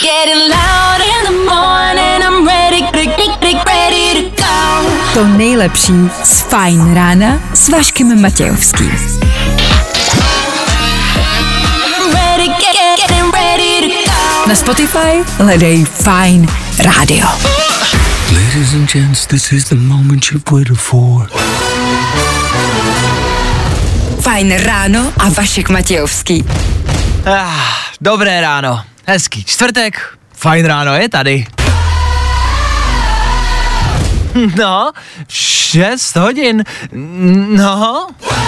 To nejlepší z Fajn rána s Vaškem Matějovským. Na Spotify hledej Fajn rádio. Ladies and gents, this is the moment you've waited for. Fajn ráno a Vašek Matějovský. Dobré ráno, hezký čtvrtek, Fajn ráno je tady. No, 6 hodin, no.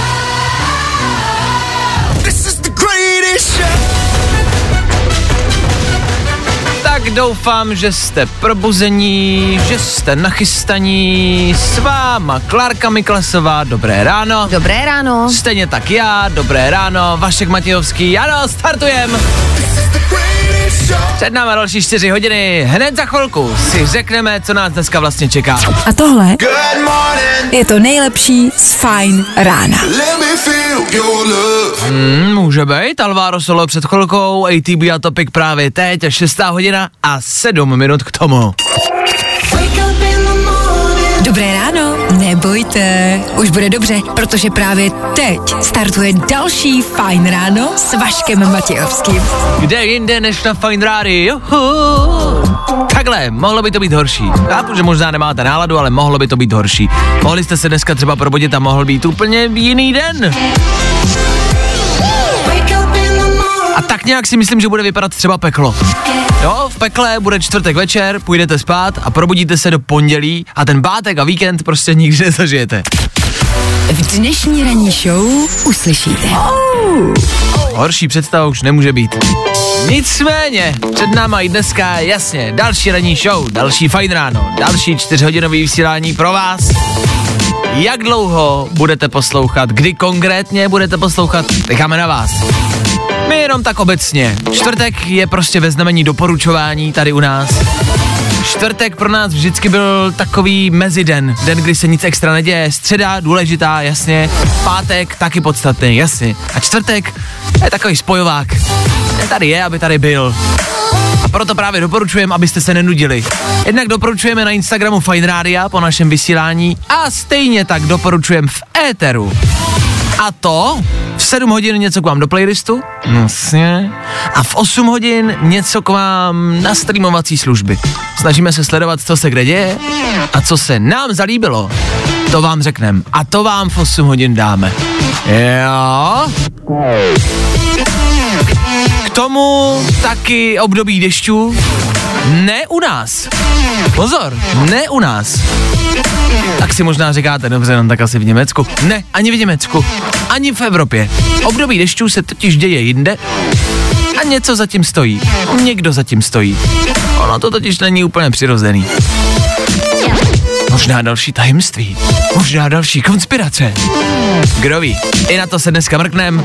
This is the greatest show. Tak doufám, že jste probuzení, že jste nachystaní, s váma Klárka Miklasová, dobré ráno. Dobré ráno. Stejně tak já, dobré ráno, Vašek Matějovský, ano, startujem. Před náma další 4 hodiny, hned za chvilku si řekneme, co nás dneska vlastně čeká. A tohle je to nejlepší z Fajn rána. Může být, Alvaro Solo před chvilkou, ATB a Topic právě teď a 6 hodina a 7 minut k tomu. Dobré ráno, nebojte, už bude dobře, protože právě teď startuje další Fajn ráno s Vaškem Matějovským. Kde jinde než na Fajn rádiu? Takhle, mohlo by to být horší. Chápu, že možná nemáte náladu, ale mohlo by to být horší. Mohli jste se dneska třeba probudit a mohl být úplně jiný den. A tak nějak si myslím, že bude vypadat třeba peklo. Jo, v pekle bude čtvrtek večer, půjdete spát a probudíte se do pondělí a ten pátek a víkend prostě nikdy nezažijete. V dnešní ranní show uslyšíte. Horší představa už nemůže být. Nicméně, před náma i dneska, jasně, další ranní show, další Fajn ráno, další 4hodinový vysílání pro vás. Jak dlouho budete poslouchat, kdy konkrétně budete poslouchat, necháme na vás. My jenom tak obecně. Čtvrtek je prostě ve znamení doporučování tady u nás. Čtvrtek pro nás vždycky byl takový meziden, den, kdy se nic extra neděje. Středa důležitá, jasně. Pátek taky podstatný, jasně. A čtvrtek je takový spojovák. Tady je, aby tady byl. A proto právě doporučujeme, abyste se nenudili. Jednak doporučujeme na Instagramu Fajn rádia po našem vysílání a stejně tak doporučujeme v éteru. A to v 7 hodin něco k vám do playlistu, jasně, a v 8 hodin něco k vám na streamovací služby. Snažíme se sledovat, co se kde děje a co se nám zalíbilo, to vám řekneme a to vám v 8 hodin dáme. Jo. K tomu taky období dešťů, ne u nás. Pozor, ne u nás. Tak si možná říkáte, dobře, no tak asi v Německu. Ne, ani v Německu, ani v Evropě. Období dešťů se totiž děje jinde a něco zatím stojí. Někdo zatím stojí. Ono to totiž není úplně přirozený. Možná další tajemství, možná další konspirace. Kdo ví, i na to se dneska mrknem.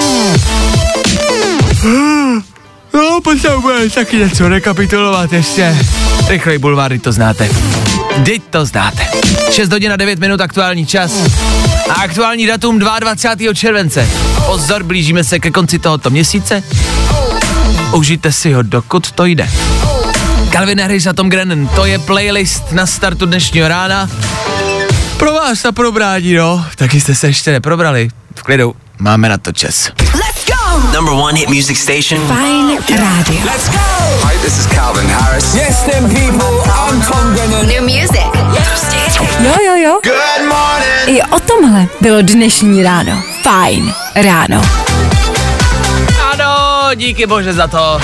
No, potřebujeme taky něco rekapitulovat ještě. Rychlej bulvár, to znáte. Vždyť to znáte. 6 hodin a 9 minut aktuální čas. A aktuální datum 22. července. Pozor, blížíme se ke konci tohoto měsíce. Užijte si ho, dokud to jde. Calvin Harris a Tom Grennan, to je playlist na startu dnešního rána. Pro vás na probrání, no. Taky jste se ještě neprobrali. V klidu, máme na to čas. Let's go! Number 1 hit music station. Fajn rádio. Let's go! Hi, this is Calvin Harris. Yes, them people, I'm Tom Grennan. New music. Jo. Good morning. I o tomhle bylo dnešní ráno. Fajn ráno. Ano, díky bože za to.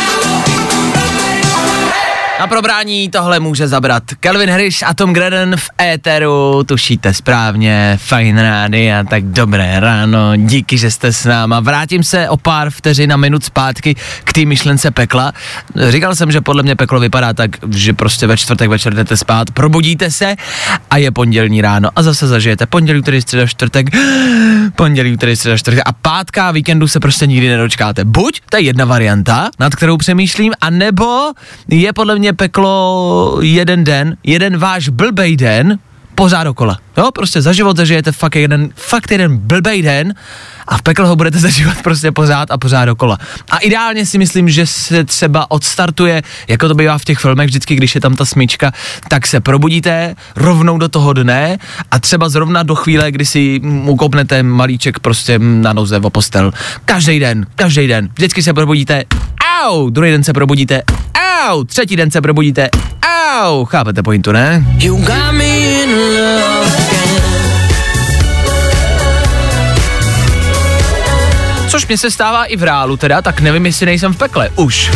Na probrání tohle může zabrat Calvin Harris a Tom Grennan v éteru, tušíte správně, Fajn rádia, tak dobré ráno, díky, že jste s náma. Vrátím se o pár vteřin a minut zpátky k té myšlence pekla. Říkal jsem, že podle mě peklo vypadá tak, že prostě ve čtvrtek večer jdete spát, probudíte se a je pondělní ráno a zase zažijete pondělí, úterý, středa, čtvrtek, pondělí, úterý, středa, čtvrtek a pátka a víkendu se prostě nikdy nedočkáte. Buď to je jedna varianta, nad kterou přemýšlím, a nebo je podle mě peklo jeden den, jeden váš blbej den, pořád dokola. Jo, prostě za život zažijete fakt jeden blbej den a v pekle ho budete zažívat prostě pořád a pořád dokola. A ideálně si myslím, že se třeba odstartuje, jako to bývá v těch filmech vždycky, když je tam ta smyčka, tak se probudíte rovnou do toho dne a třeba zrovna do chvíle, kdy si ukopnete malíček prostě na noze o postel. Každý den, vždycky se probudíte, au, druhý den se probudíte, au, třetí den se probudíte, au, chápete pointu, ne? You got me in love again. Což mě se stává i v reálu teda, tak nevím, jestli nejsem v pekle, už.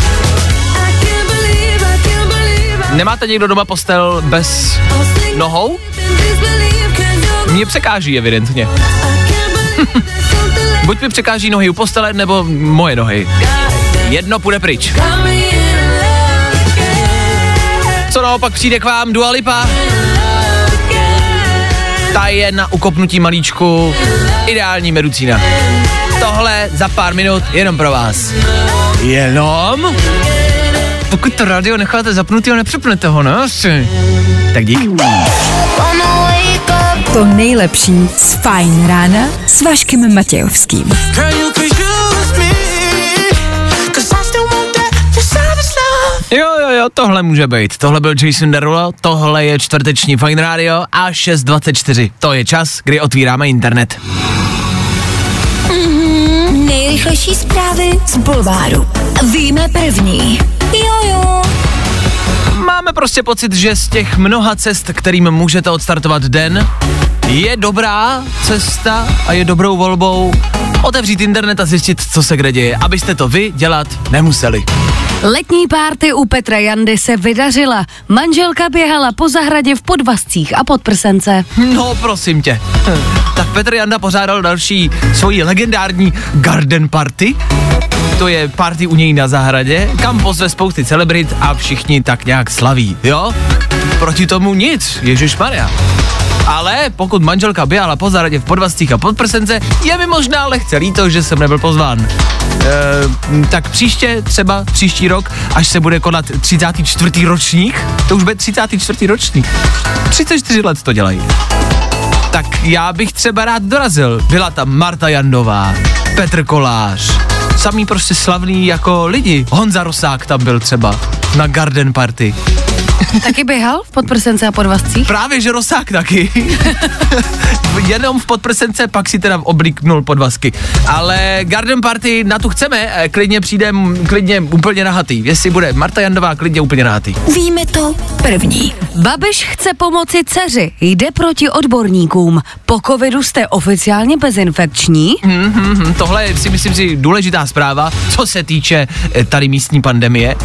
Nemáte někdo doma postel bez nohou? Mně překáží evidentně. Buď mi překáží nohy u postele, nebo moje nohy. Jedno půjde pryč. Co naopak přijde k vám, Dua Lipa? Ta je na ukopnutí malíčku ideální medicína. Tohle za pár minut jenom pro vás. Jenom? Pokud to rádio necháte zapnutý a nepřepnete ho, ne? Tak dík. To nejlepší z Fajn rána s Vaškem Matějovským. Jo, tohle může být. Tohle byl Jason Derulo, tohle je čtvrteční Fajn rádio a 6:24. To je čas, kdy otvíráme internet. Nejrychlejší zprávy z bulváru. Víme první. Jo. Máme prostě pocit, že z těch mnoha cest, kterým můžete odstartovat den, je dobrá cesta a je dobrou volbou otevřít internet a zjistit, co se kde děje, abyste to vy dělat nemuseli. Letní párty u Petra Jandy se vydařila. Manželka běhala po zahradě v podvazcích a podprsence. No, prosím tě. Tak Petr Janda pořádal další svoji legendární garden party. To je party u něj na zahradě, kam pozve spousty celebrit a všichni tak nějak slaví, jo? Proti tomu nic, ježišmarja. Ale pokud manželka běhala po zahradě v podvazcích a podprsence, je mi možná lehce líto, že jsem nebyl pozván. Tak příští rok, až se bude konat 34. ročník, to už bude 34. ročník. 34 let to dělají. Tak já bych třeba rád dorazil. Byla tam Marta Jandová, Petr Kolář, samý prostě slavný jako lidi. Honza Rosák tam byl třeba na garden party. Taky běhal v podprsence a podvazcích? Právě, že Rosák taky. Jenom v podprsence, pak si teda oblíknul podvazky. Ale garden party, na tu chceme, klidně úplně nahatý. Jestli bude Marta Jandová, klidně úplně nahatý. Víme to první. Babiš chce pomoci dceři, jde proti odborníkům. Po covidu jste oficiálně bezinfekční? Tohle je, si myslím, důležitá zpráva, co se týče tady místní pandemie.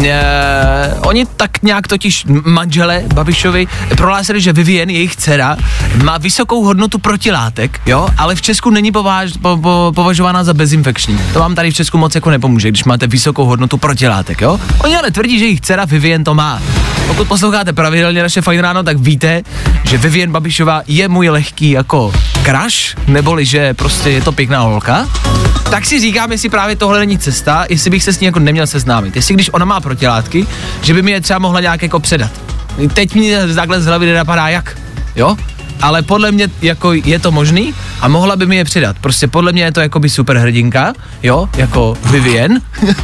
Oni tak nějak totiž manžele Babišovi prohlásili, že Vivien, jejich dcera, má vysokou hodnotu protilátek, jo, ale v Česku není považována za bezinfekční. To vám tady v Česku moc jako nepomůže, když máte vysokou hodnotu protilátek, jo. Oni ale tvrdí, že jejich dcera Vivien to má. Pokud posloucháte pravidelně naše Fajn ráno, tak víte, že Vivien Babišová je můj lehký jako crush, neboli že prostě je to pěkná holka. Tak si říkám, jestli právě tohle není cesta, jestli bych se s ní jako neměl seznámit. Jestli když ona má protilátky, že by mi je třeba mohla nějak jako předat. Teď mi takhle z hlavy nenapadá jak, jo? Ale podle mě jako je to možný a mohla by mi je přidat. Prostě podle mě je to jakoby superhrdinka, jo? Jako Vivien.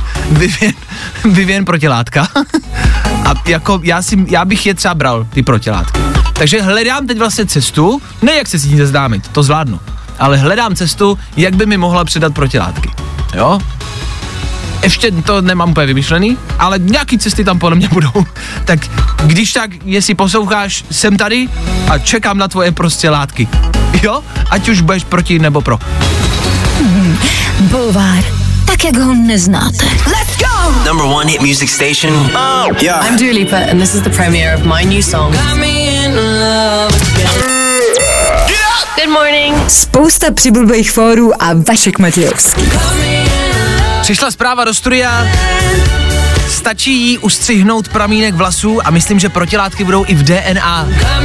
Vivien protilátka. A jako já bych je třeba bral, ty protilátky. Takže hledám teď vlastně cestu, ne jak se s ní seznámit, to zvládnu. Ale hledám cestu, jak by mi mohla předat protilátky, jo? Ještě to nemám úplně vymyšlený, ale nějaký cesty tam podle mě budou. Tak když tak, jestli posloucháš, jsem tady a čekám na tvoje prostě látky, jo? Ať už budeš proti nebo pro. Bulvár, tak jak ho neznáte. Let's go! Number one hit music station. Yeah. I'm Dua Lipa and this is the premiere of my new song. Good morning. Spousta přibulbých fórů a Vašek Matějovský. Přišla zpráva do studia, stačí jí ustřihnout pramínek vlasů a myslím, že protilátky budou i v DNA.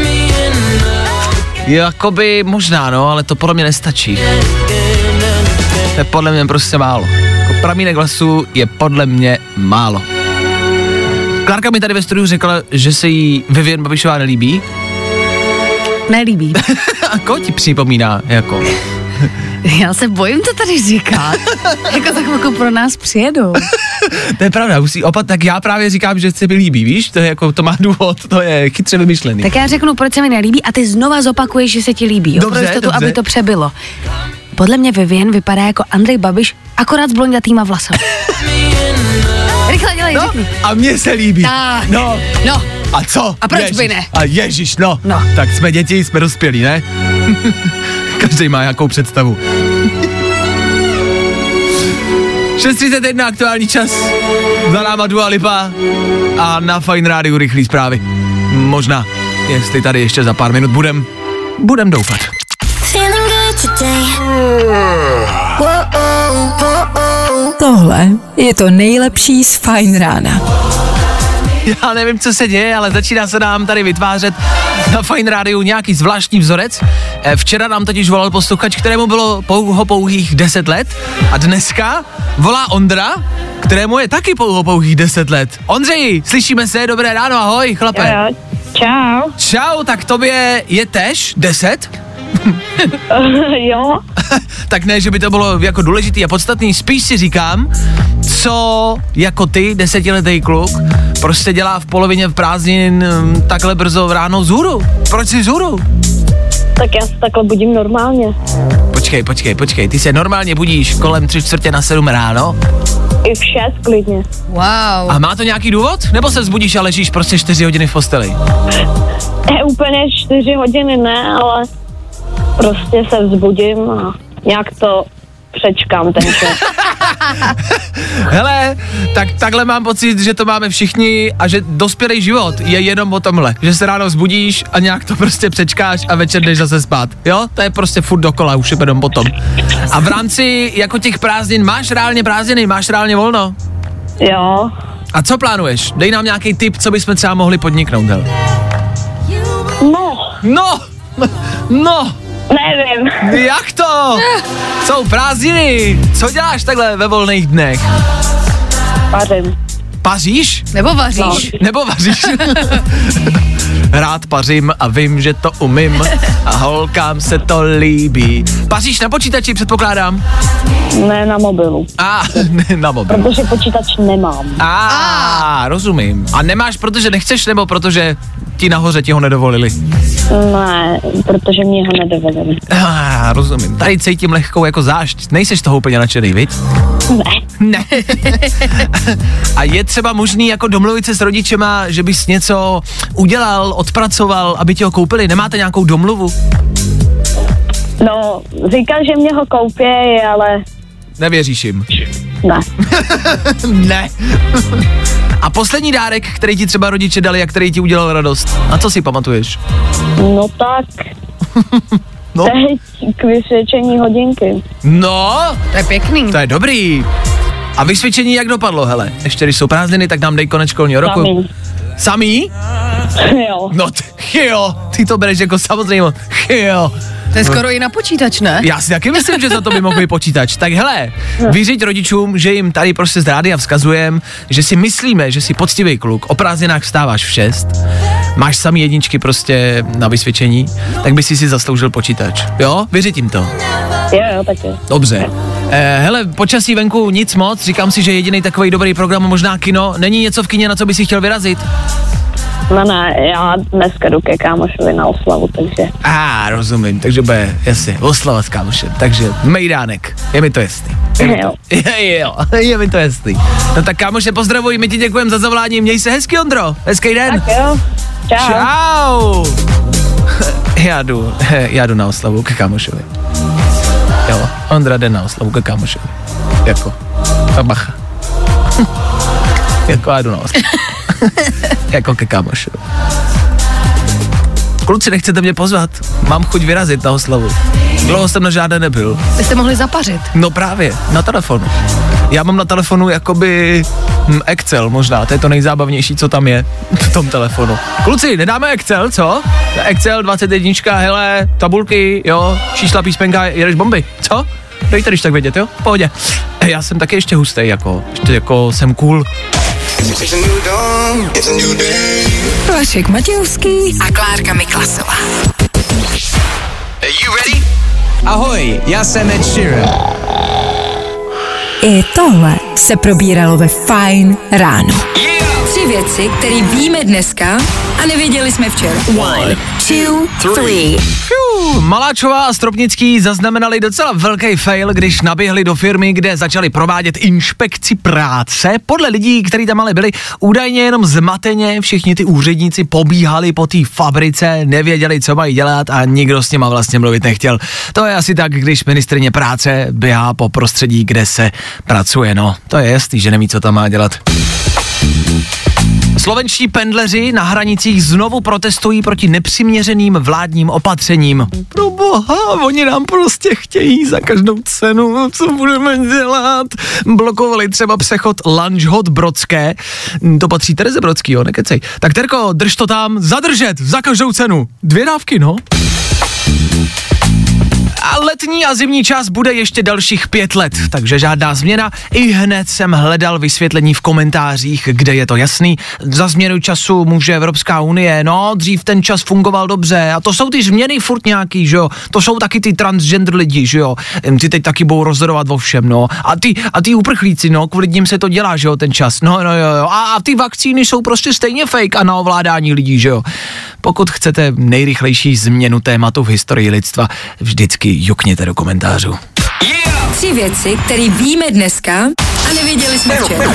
Jakoby možná, no, ale to podle mě nestačí. To je podle mě prostě málo. Jako pramínek vlasů je podle mě málo. Klárka mi tady ve studiu řekla, že se jí Vivien Babišová nelíbí. Nelíbí. A koho ti připomíná, jako? Já se bojím to tady říkat. Jako za chvilku pro nás přijedou. To je pravda, tak já právě říkám, že se mi líbí, víš? To je jako, to má důvod, to je chytře vymyšlený. Tak já řeknu, proč se mi nelíbí a ty znova zopakuješ, že se ti líbí. Dobře. Aby to přebylo. Podle mě Vivien vypadá jako Andrej Babiš, akorát s blondětýma vlasama. Rychle dělej, řekni. A mně se líbí. Tak. No. A co? A proč by ne? A ježiš, no. No. Tak jsme děti, jsme dospělí, ne? Každý má jakou představu. 6:31 aktuální čas. Za náma Dua Lipa a na Fajn rádiu rychlý zprávy. Možná, jestli tady ještě za pár minut budem doufat. Tohle je to nejlepší z Fajn rána. Já nevím, co se děje, ale začíná se nám tady vytvářet na Fajn rádiu nějaký zvláštní vzorec. Včera nám totiž volal posluchač, kterému bylo pouhých 10 let a dneska volá Ondra, kterému je taky pouhých 10 let. Ondřeji, slyšíme se, dobré ráno, ahoj, chlape. Jo, čau. Čau, tak tobě je tež 10? Jo. Tak ne, že by to bylo jako důležitý a podstatný, spíš si říkám, co jako ty, 10letý kluk, prostě dělá v polovině prázdnin takhle brzo ráno vzhůru. Proč jsi vzhůru? Tak já se takhle budím normálně. Počkej, ty se normálně budíš kolem 6:45 ráno? I v 6 klidně. Wow. A má to nějaký důvod? Nebo se vzbudíš a ležíš prostě 4 hodiny v posteli? Úplně 4 hodiny ne, ale prostě se vzbudím a nějak to přečkám ten čas. Hele, tak takhle mám pocit, že to máme všichni a že dospělý život je jenom o tomhle, že se ráno vzbudíš a nějak to prostě přečkáš a večer jdeš zase spát, jo? To je prostě furt dokola, už je jenom potom. A v rámci jako těch prázdnin máš reálně prázdniny, máš reálně volno? Jo. A co plánuješ? Dej nám nějaký tip, co bychom třeba mohli podniknout, hele. No! Nevím. Jak to? Jsou prázdniny. Co děláš takhle ve volných dnech? Pařím. Paříš? Nebo vaříš? No. Nebo vaříš? Rád pařím a vím, že to umím a holkám se to líbí. Paříš na počítači, předpokládám? Ne na mobilu. Ne na mobilu. Protože počítač nemám. Rozumím. A nemáš, protože nechceš, nebo protože ti nahoře ti ho nedovolili? Ne, protože mě ho nedovolili. Rozumím. Tady cítím lehkou jako zášť. Nejseš toho úplně nadšenej, viď? Ne. A je třeba možný jako domluvit se s rodičema, že bys něco udělal, odpracoval, aby ti ho koupili? Nemáte nějakou domluvu? No, říkal, že mě ho koupí, ale... Nevěříš jim? Ne. Ne. A poslední dárek, který ti třeba rodiče dali a který ti udělal radost? A co si pamatuješ? No tak... No. Teď k vysvědčení hodinky. No, To je pěkný. to je dobrý. A vysvědčení jak dopadlo, hele? Ještě když jsou prázdniny, tak nám dej konec školního roku. Samý? Jo. No jo, ty to bereš jako samozřejmě. Jo. To je skoro i na počítač, ne? Já si taky myslím, že za to by mohl být počítač. Tak hele, vyřiď rodičům, že jim tady prostě z rádia vzkazujem, že si myslíme, že jsi poctivý kluk, o prázdninách vstáváš v 6, máš samý jedničky prostě na vysvědčení, tak by si zasloužil počítač. Jo? Vyřiď jim to. Jo, taky. Dobře. Hele, počasí venku nic moc, říkám si, že jediný takový dobrý program, možná kino. Není něco v kině, na co by si chtěl vyrazit? Ne, já dneska jdu ke kámošovi na oslavu, takže... Rozumím, takže bude, jasně, oslava s kámošem, takže mejdánek, je mi to jasný. Je mi to jasný. No tak kámoše, pozdravuj, my ti děkujeme za zavolání, měj se hezky, Ondro, hezký den. Tak jo, čau. Já jdu na oslavu ke kámošovi. Jo, Ondra jde na oslavu ke kámošovi. Jako, a bacha. Jako já jdu na oslavu. Jako ke kámošovi. Kluci, nechcete mě pozvat? Mám chuť vyrazit na oslavu. Dlouho jsem na žádné nebyl. Byste mohli zapařit. No právě, na telefonu. Já mám na telefonu jakoby Excel možná, to je to nejzábavnější, co tam je v tom telefonu. Kluci, nedáme Excel, co? Excel 21, hele, tabulky, jo, čísla, písmenka, jedeš bomby, co? Dejte když tak vědět, jo? V pohodě. Já jsem taky ještě hustej, ještě jako jsem cool. Vašek Matějovský a Klárka Miklasová. You ready? Ahoj, já jsem Ed Sheeran. I tohle se probíralo ve Fajn ráno. Yeah! 3 věci, které víme dneska a nevěděli jsme včera. 1, 2, 3. Maláčová a Stropnický zaznamenali docela velký fail, když naběhli do firmy, kde začali provádět inspekci práce. Podle lidí, kteří tam ale byli, údajně jenom zmateně všichni ty úředníci pobíhali po té fabrice, nevěděli, co mají dělat a nikdo s nima vlastně mluvit nechtěl. To je asi tak, když ministryně práce běhá po prostředí, kde se pracuje. No, to je jasný, že neví, co tam má dělat. Slovenští pendleři na hranicích znovu protestují proti nepřiměřeným vládním opatřením. Proboha, oni nám prostě chtějí za každou cenu, co budeme dělat. Blokovali třeba přechod Lanžhot Brodské, to patří Tereze Brodský, jo, nekecej. Tak Terko, drž to tam, zadržet, za každou cenu. 2 dávky, no. A letní a zimní čas bude ještě dalších 5 let, takže žádná změna. I hned jsem hledal vysvětlení v komentářích, kde je to jasný. Za změnu času může Evropská unie, no, dřív ten čas fungoval dobře a to jsou ty změny furt nějaký, že jo. To jsou taky ty transgender lidi, že jo. Ty teď taky budou rozhodovat o všem, no. A ty uprchlíci, no, kvůli ním se to dělá, že jo, ten čas. No, jo. A ty vakcíny jsou prostě stejně fake a na ovládání lidí, že jo. Pokud chcete nejrychlejší změnu tématu v historii lidstva, vždycky jukněte do komentářů. 3 věci, které víme dneska a nevěděli jsme včera.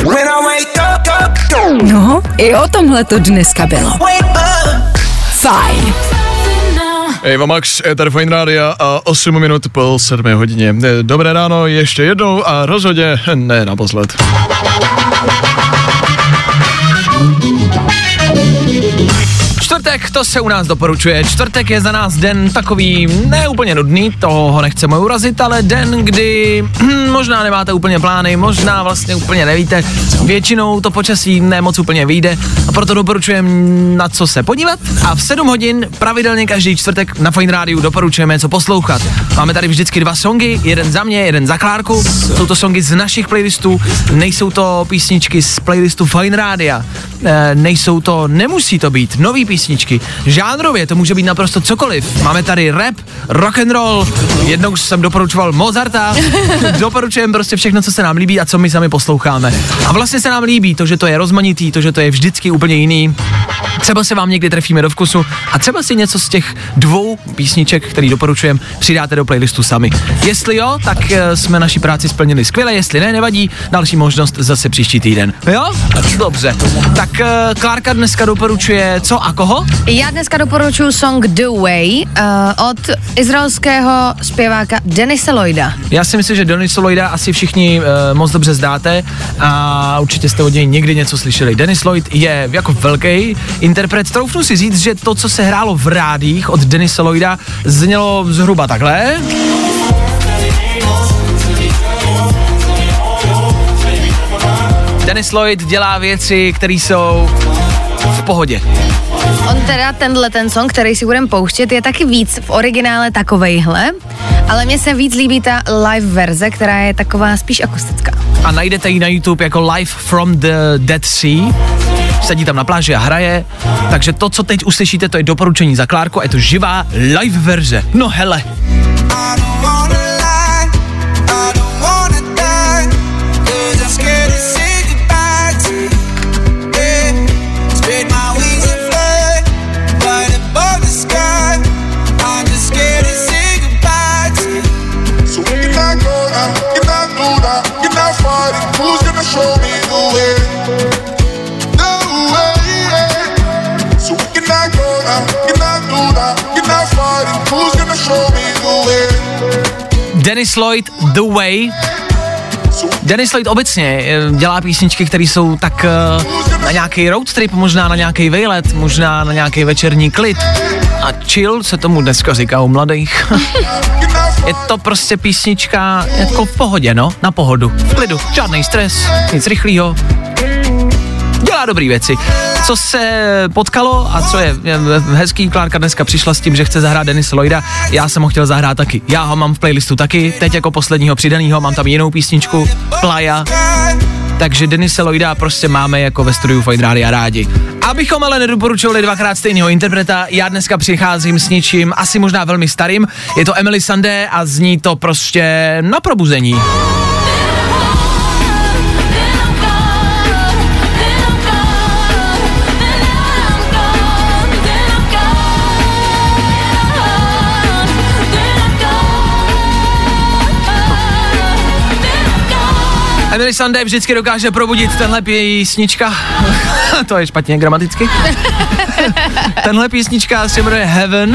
No, i o tomhle to dneska bylo. Fajn. Eva Max, Ether Fajn Rádia a 8 minut po 7 hodině. Dobré ráno ještě jednou a rozhodně ne naposled. Čtvrtek, to se u nás doporučuje. Čtvrtek je za nás den takový neúplně nudný, toho ho nechceme urazit, ale den, kdy možná nemáte úplně plány, možná vlastně úplně nevíte. Většinou to počasí nemoc úplně vyjde a proto doporučujeme na co se podívat a v 7 hodin pravidelně každý čtvrtek na Fajn Rádiu doporučujeme co poslouchat. Máme tady vždycky 2 songy, jeden za mě, jeden za Klárku. Jsou to songy z našich playlistů, nejsou to písničky z playlistu Fajn Rádia, nejsou to, nemusí to být nový písničky. Žánrově to může být naprosto cokoliv. Máme tady rap, rock and roll, jednou jsem doporučoval Mozarta, doporučujeme prostě všechno, co se nám líbí a co my sami posloucháme. A vlastně se nám líbí to, že to je rozmanitý, to, že to je vždycky úplně jiný. Třeba se vám někdy trefíme do vkusu a třeba si něco z těch 2 písniček, který doporučujeme, přidáte do playlistu sami. Jestli jo, tak jsme naši práci splnili skvěle, jestli ne, nevadí, další možnost zase příští týden. Jo? Dobře. Tak Klárka dneska doporučuje co a koho? Já dneska doporučuji song The Way od izraelského zpěváka Denise Lloyda. Já si myslím, že Denise Lloyda asi všichni moc dobře znáte a určitě jste od něj někdy něco slyšeli. Dennis Lloyd je jako velký interpret. Troufnu si říct, že to, co se hrálo v rádiích od Denise Lloyda, znělo zhruba takhle. Dennis Lloyd dělá věci, které jsou v pohodě. On teda ten song, který si budeme pouštět, je taky víc v originále takovejhle, ale mně se víc líbí ta live verze, která je taková spíš akustická. A najdete ji na YouTube jako Live from the Dead Sea. Sedí tam na pláži a hraje, takže to, co teď uslyšíte, to je doporučení za Klárku a je to živá live verze. No hele. Dennis Lloyd, The Way. Dennis Lloyd obecně dělá písničky, které jsou tak na nějaký road trip, možná na nějaký výlet, možná na nějaký večerní klid. A chill se tomu dneska říká u mladých. Je to prostě písnička jako v pohodě, no, na pohodu, v klidu, žádný stres, nic rychlýho. Dělá dobrý věci. Co se potkalo a co je hezký, Klárka dneska přišla s tím, že chce zahrát Denise Lloyda, já jsem ho chtěl zahrát taky. Já ho mám v playlistu taky, teď jako posledního přidanýho, mám tam jinou písničku, Playa. Takže Denise Lloyda prostě máme jako ve studiu Fajn Rádia rádi. Abychom ale nedoporučovali dvakrát stejného interpreta, já dneska přicházím s něčím asi možná velmi starým. Je to Emeli Sandé a zní to prostě na probuzení. Emeli Sandé vždycky dokáže probudit tenhle písnička. To je špatně gramaticky. Tenhle písnička se jmenuje Heaven.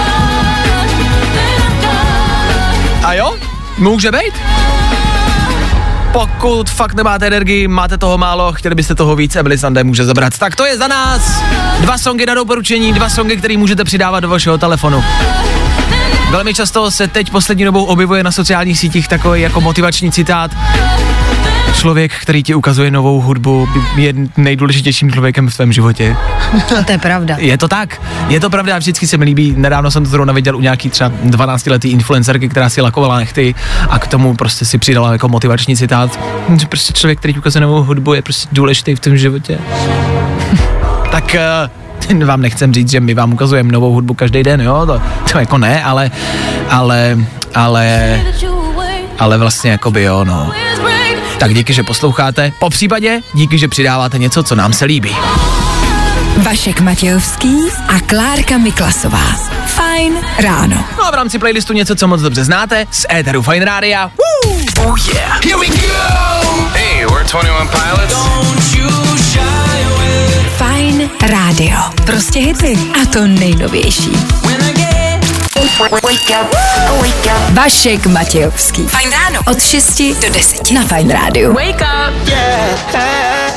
A jo, může být. Pokud fakt nemáte energii, máte toho málo, chtěli byste toho víc, Emeli Sandé může zabrat. Tak to je za nás. 2 songy na doporučení, 2 songy, které můžete přidávat do vašeho telefonu. Velmi často se teď poslední dobou objevuje na sociálních sítích takový jako motivační citát. Člověk, který ti ukazuje novou hudbu, je nejdůležitějším člověkem v tvém životě. To je pravda. Je to tak. Je to pravda, vždycky se mi líbí. Nedávno jsem to zrovna viděl u nějaký třeba 12letý influencerky, která si lakovala nechty a k tomu prostě si přidala jako motivační citát. Že prostě člověk, který ti ukazuje novou hudbu, je prostě důležitý v tom životě. Tak vám nechcem říct, že my vám ukazujeme novou hudbu každý den, jo? To jako ne, ale vlastně jakoby jo, no. Tak díky, že posloucháte, popřípadě díky, že přidáváte něco, co nám se líbí. Vašek Matějovský a Klárka Miklasová. Fajn ráno. No a v rámci playlistu něco, co moc dobře znáte, z éteru Fajn rádia. Oh yeah. Here we go. Hey, we're 21 Pilots. Don't you shy away. Fajn rádio. Prostě hity. A to nejnovější. Vašek Matějovský. Fajn ráno. Od 6 do 10 na Fajn rádiu. Wake up! Yeah.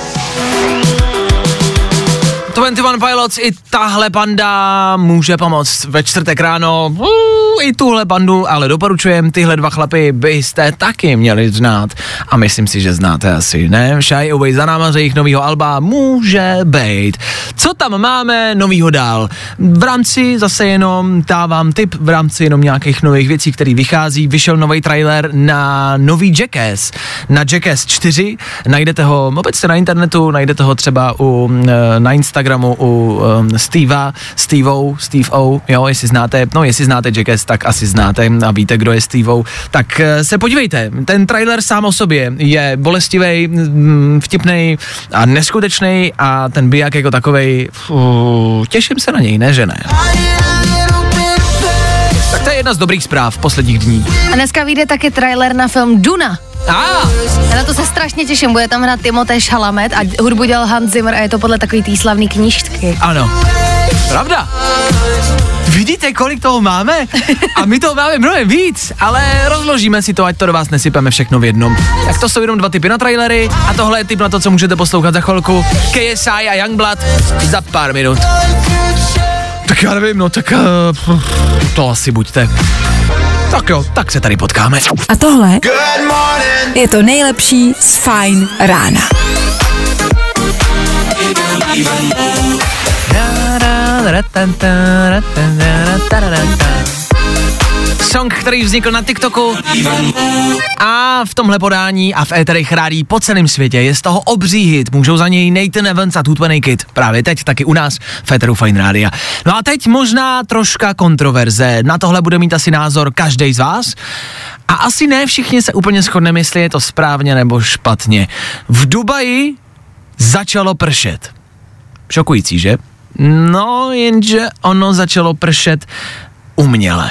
21 Pilots, i tahle banda může pomoct ve čtvrtek ráno. I tuhle bandu, ale doporučujem, tyhle 2 chlapy byste taky měli znát. A myslím si, že znáte asi, ne? Shy Away za náma, že jejich novýho alba může být. Co tam máme novýho dál? V rámci zase jenom dávám tip, v rámci jenom nějakých nových věcí, který vychází, vyšel nový trailer na nový Jackass. Na Jackass 4, najdete ho obecně na internetu, najdete ho třeba na Instagramu u Steve-O, jo, jestli znáte Jackass, tak asi znáte a víte, kdo je Steve-O, tak se podívejte, ten trailer sám o sobě je bolestivej, vtipnej a neskutečnej a ten biják jako takovej, těším se na něj, ne, že ne? Tak to je jedna z dobrých zpráv posledních dní. A dneska vyjde taky trailer na film Duna. A na to se strašně těším, bude tam hrát Timothée Chalamet a hudbu dělal Hans Zimmer a je to podle takový tý slavný knížky. Ano, pravda. Vidíte, kolik toho máme? A my toho máme mnohem víc, ale rozložíme si to, ať to do vás nesypeme všechno v jednom. Tak to jsou jenom 2 tipy na trailery a tohle je tip na to, co můžete poslouchat za chvilku. KSI a Youngblood za pár minut. Tak já nevím, no tak to asi buďte. Tak jo, tak se tady potkáme. A tohle je to nejlepší z Fajn rána. Song, který vznikl na TikToku a v tomhle podání a v éterech rádí po celém světě. Je z toho obří hit, můžou za něj Nathan Evans a Tut Naked. Právě teď taky u nás v éteru Fajn rádia. No a teď možná troška kontroverze. Na tohle bude mít asi názor každý z vás. A asi ne všichni se úplně shodneme, jestli je to správně nebo špatně. V Dubaji začalo pršet. Šokující, že? No, jenže ono začalo pršet uměle.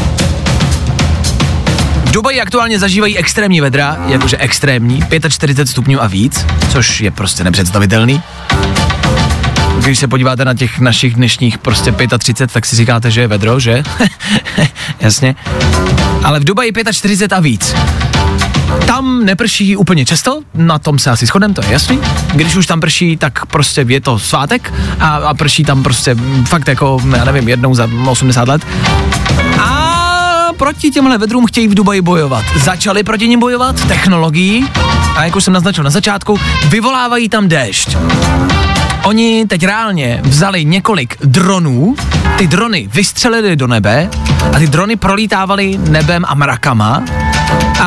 V Dubaji aktuálně zažívají extrémní vedra, jakože extrémní, 45 stupňů a víc, což je prostě nepředstavitelný. Když se podíváte na těch našich dnešních prostě 35, tak si říkáte, že je vedro, že? Jasně. Ale v Dubaji 45 a víc. Tam neprší úplně často, na tom se asi shodneme, to je jasný. Když už tam prší, tak prostě je to svátek a prší tam prostě fakt jako, já nevím, jednou za 80 let. A proti těmhle vedrům chtějí v Dubaji bojovat. Začali proti nim bojovat technologií a jak už jsem naznačil na začátku, vyvolávají tam déšť. Oni teď reálně vzali několik dronů, ty drony vystřelili do nebe a ty drony prolítávaly nebem a mrakama a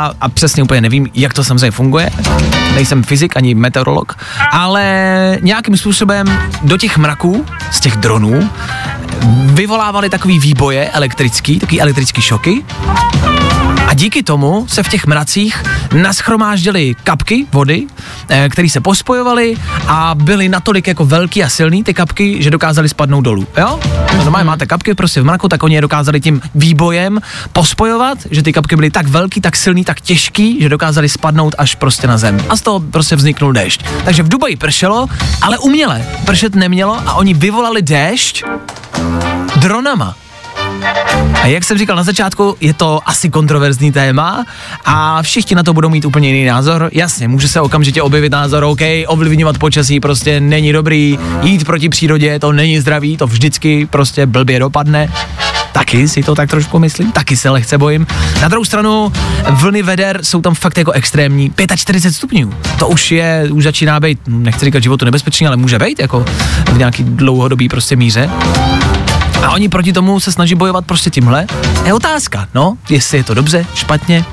a přesně úplně nevím, jak to samozřejmě funguje, nejsem fyzik ani meteorolog, ale nějakým způsobem do těch mraků z těch dronů vyvolávali takový výboje elektrický, takový elektrický šoky a díky tomu se v těch mracích nashromáždily kapky vody, které se pospojovaly a byly natolik jako velký a silný ty kapky, že dokázaly spadnout dolů, jo? Normálně máte kapky prostě v mraku, tak oni je dokázali tím výbojem pospojovat, že ty kapky byly tak velký, tak silný, tak těžký, že dokázali spadnout až prostě na zem. A z toho prostě vzniknul déšť. Takže v Dubaji pršelo, ale uměle pršet nemělo a oni vyvolali déšť dronama. A jak jsem říkal na začátku, je to asi kontroverzní téma a všichni na to budou mít úplně jiný názor. Jasně, může se okamžitě objevit názor, OK, ovlivňovat počasí prostě není dobrý, jít proti přírodě, to není zdravý, to vždycky prostě blbě dopadne. Taky si to tak trošku myslím, taky se lehce bojím. Na druhou stranu, vlny veder jsou tam fakt jako extrémní, 45 stupňů. To už začíná být, nechci říkat životu nebezpečný, ale může být jako v nějaký dlouhodobý prostě míře. A oni proti tomu se snaží bojovat prostě tímhle. Je otázka, no, jestli je to dobře, špatně.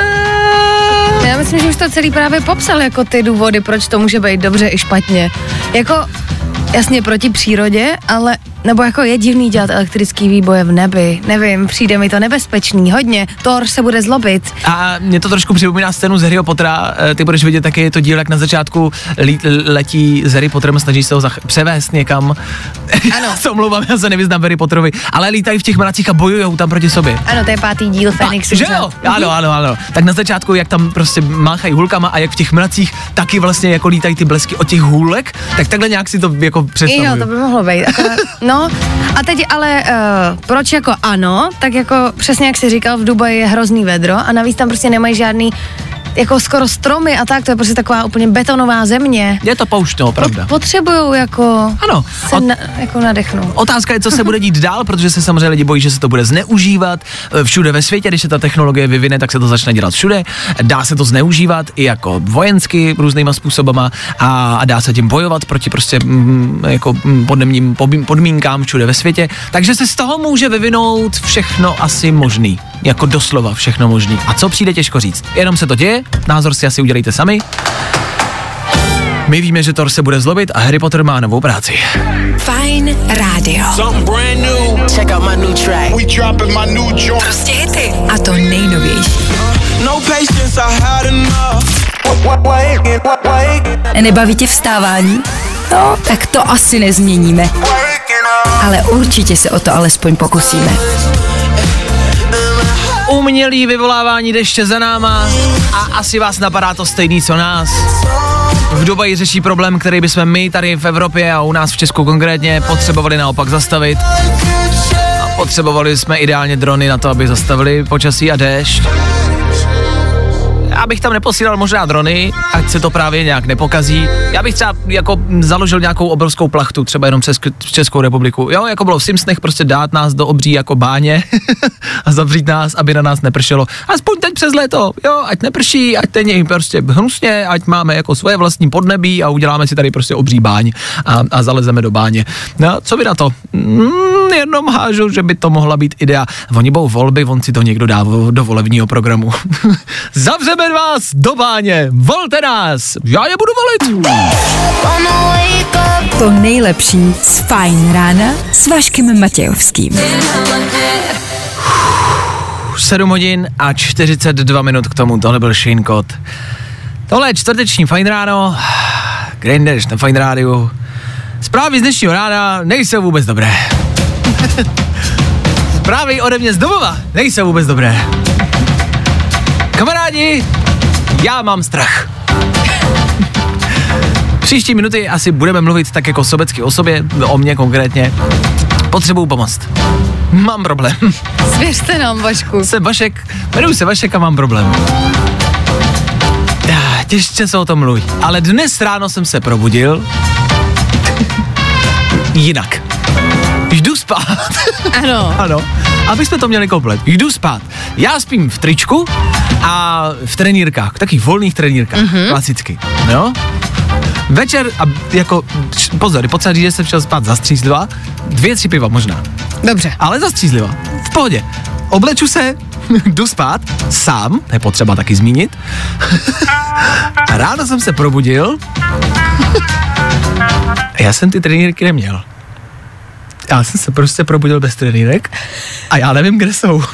Já myslím, že už to celý právě popsal jako ty důvody, proč to může být dobře i špatně. Jako jasně proti přírodě, ale nebo jako je divný dělat elektrický výboje v nebi. Nevím, přijde mi to nebezpečný, hodně. Thor se bude zlobit. A mě to trošku připomíná scénu z Harryho Pottera. Ty budeš vidět taky to díl, jak na začátku letí s Harry Potterem, snaží se ho převést někam. Ano. Se omlouvám, já se nevyznám v Harry Potterovi, ale lítají v těch mracích a bojujou tam proti sobě. Ano, to je 5. díl Fenixu. Že jo? Ano. Tak na začátku, jak tam prostě máchají hůlkama a jak v těch mracích taky vlastně jako lítají ty blesky od těch hůlek, tak takhle nějak si to jako představuju. Jo, to by mohlo být. No, a teď ale proč jako ano, tak jako přesně jak jsi říkal, v Dubaji je hrozný vedro a navíc tam prostě nemají žádný jako skoro stromy a tak, to je prostě taková úplně betonová země. Je to poušť, no, pravda. Potřebujou jako ano, se jako nadechnout. Otázka je, co se bude dít dál, protože se samozřejmě lidi bojí, že se to bude zneužívat všude ve světě, když se ta technologie vyvine, tak se to začne dělat všude. Dá se to zneužívat i jako vojensky různýma způsobama a dá se tím bojovat proti prostě jako podnebním podmínkám všude ve světě. Takže se z toho může vyvinout všechno asi možný. Jako doslova všechno možný. A co přijde, těžko říct. Jenom se to děje, názor si asi udělejte sami. My víme, že Thor se bude zlobit a Harry Potter má novou práci. Fajn rádio. Prostě hity. A to nejnovější. Nebaví tě vstávání? No, tak to asi nezměníme. Ale určitě se o to alespoň pokusíme. Umělý vyvolávání deště za náma a asi vás napadá to stejný, co nás. V Dubaji řeší problém, který bychom my tady v Evropě a u nás v Česku konkrétně potřebovali naopak zastavit. A potřebovali jsme ideálně drony na to, aby zastavili počasí a déšť. Já bych tam neposílal možná drony, ať se to právě nějak nepokazí. Já bych třeba jako založil nějakou obrovskou plachtu, třeba jenom přes Českou republiku. Jo, jako bylo v Simpsonech, prostě dát nás do obří jako báně a zavřít nás, aby na nás nepršelo. Aspoň teď přes léto, jo, ať neprší, ať teď je prostě hnusně, ať máme jako svoje vlastní podnebí a uděláme si tady prostě obří báň a zalezeme do báně. No, co by na to? Jenom hážu, že by to mohla být idea. Oni budou volby, on si to někdo dá do volebního programu. Zavřeme vás do báně, volte nás, já je budu volit. To nejlepší z Fajn rána s Vaškem Matějovským. 7 hodin a 42 minut k tomu, tohle byl Shane Cott. Tohle je čtvrteční Fajn ráno, kde jdeš na Fajn rádiu. Zprávy z dnešního rána nejsou vůbec dobré. Zprávy ode mě z domova nejsou vůbec dobré. Kamarádi, já mám strach. Příští minuty asi budeme mluvit tak jako sobecky o sobě, o mně konkrétně. Potřebuju pomoct. Mám problém. Svěřte nám, Vašku. Jmenuji se Vašek a mám problém. Těžce se o tom mluví. Ale dnes ráno jsem se probudil jinak. Jdu spát. Ano. Ano. Aby jsme to měli komplet. Jdu spát. Já spím v tričku a v trenýrkách, takových volných trenýrkách, klasicky. Jo? Večer, a jako, pozor, potřeba říct, že jsem šel spát zastřízliva, 2-3 piva možná. Dobře. Ale zastřízliva, v pohodě. Obleču se, jdu spát sám, to je potřeba taky zmínit. A ráno jsem se probudil a já jsem ty trenýrky neměl. Já jsem se prostě probudil bez trenýrek a já nevím, kde jsou.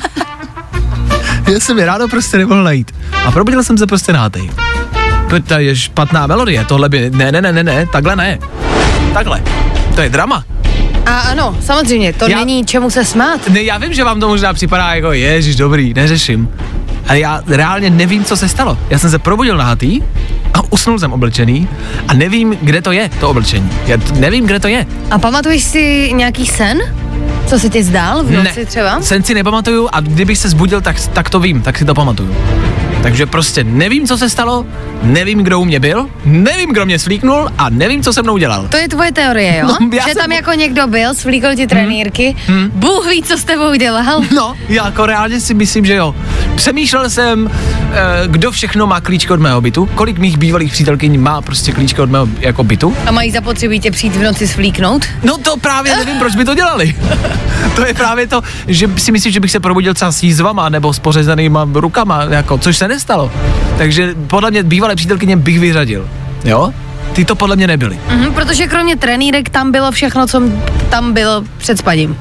Já jsem je ráno prostě nemohl najít. A probudil jsem se prostě nahátej. To je špatná melodie, tohle by, ne, takhle ne. Takhle, to je drama. A ano, samozřejmě, to není čemu se smát. Ne, já vím, že vám to možná připadá jako ježiš, dobrý, neřeším. Ale já reálně nevím, co se stalo. Já jsem se probudil nahatý a usnul jsem oblečený a nevím, kde to je, to oblečení. Já nevím, kde to je. A pamatuješ si nějaký sen? Co se ti zdál v noci třeba? Sen si nepamatuju a kdybych se zbudil, tak to vím, tak si to pamatuju. Takže prostě nevím, co se stalo, nevím, kdo u mě byl, nevím, kdo mě svlíknul a nevím, co se mnou dělal. To je tvoje teorie, jo? No, že tam jako někdo byl, svlíkl ti trenýrky, Bůh ví, co s tebou dělal. No, já jako reálně si myslím, že jo. Přemýšlel jsem, kdo všechno má klíčko od mého bytu, kolik mých bývalých přítelkyň má prostě klíčko od mého jako bytu. A mají zapotřebí tě přijít v noci svlíknout? No to právě nevím, proč by to dělali. To je právě to, že si myslím, že bych se probudil třeba s jízvama nebo s pořezanýma rukama, jako, což se nestalo. Takže podle mě bývalé přítelkyně bych vyřadil, jo? Ty to podle mě nebyly. Protože kromě trenýrek tam bylo všechno, co tam bylo před spaním.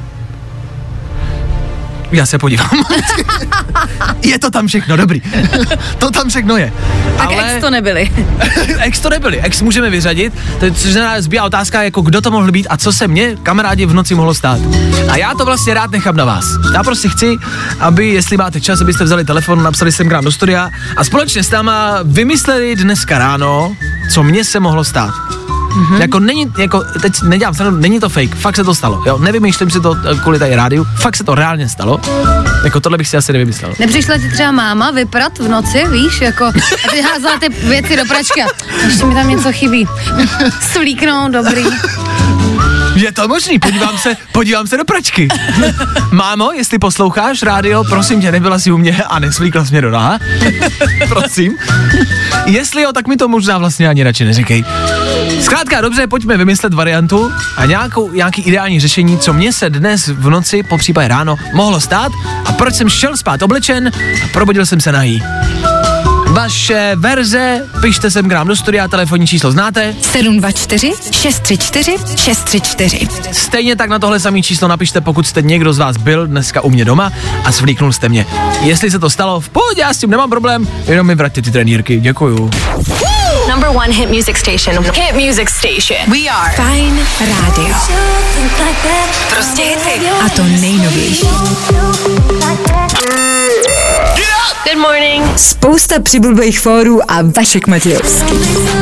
Já se podívám. Je to tam všechno, dobrý. To tam všechno je. Tak ale ex to nebyli. Ex to nebyli, ex můžeme vyřadit, což znamená zbývá otázka, jako kdo to mohl být a co se mně, kamarádi, v noci mohlo stát. A já to vlastně rád nechám na vás. Já prostě chci, aby, jestli máte čas, abyste vzali telefon, napsali jsem k nám do studia a společně s náma vymysleli dneska ráno, co mně se mohlo stát. Jako není, jako teď nedělám stranu, není to fake, fakt se to stalo, jo, nevymýšlím si to kvůli tady rádiu, fakt se to reálně stalo, jako tohle bych si asi nevymyslel. Nepřišla ti třeba máma vyprat v noci, víš, jako, a ty házela ty věci do pračky a ještě mi tam něco chybí, svlíknou, dobrý. Je to možný, podívám se do pračky. Mámo, jestli posloucháš rádio, prosím tě, nebyla si u mě a nesvlíkla jsi mě do náha. Prosím. Jestli jo, tak mi to možná vlastně ani radši neříkej. Zkrátka, dobře, pojďme vymyslet variantu a nějaký ideální řešení, co mě se dnes v noci, popřípadě ráno, mohlo stát a proč jsem šel spát oblečen a probudil jsem se nahý. Vaše verze, pište sem k nám do studia, telefonní číslo znáte. 724 634 634. Stejně tak na tohle samé číslo napište, pokud jste někdo z vás byl dneska u mě doma a svlíknul jste mě. Jestli se to stalo, v pohodě, já s tím nemám problém, jenom mi vraťte ty trenýrky, děkuju. Number one hit music station. Hit music station. We are Fajn rádio. Prostě hity. A to nejnovější. Good morning. Spousta přibulbých fórů a Vašek Matějovský.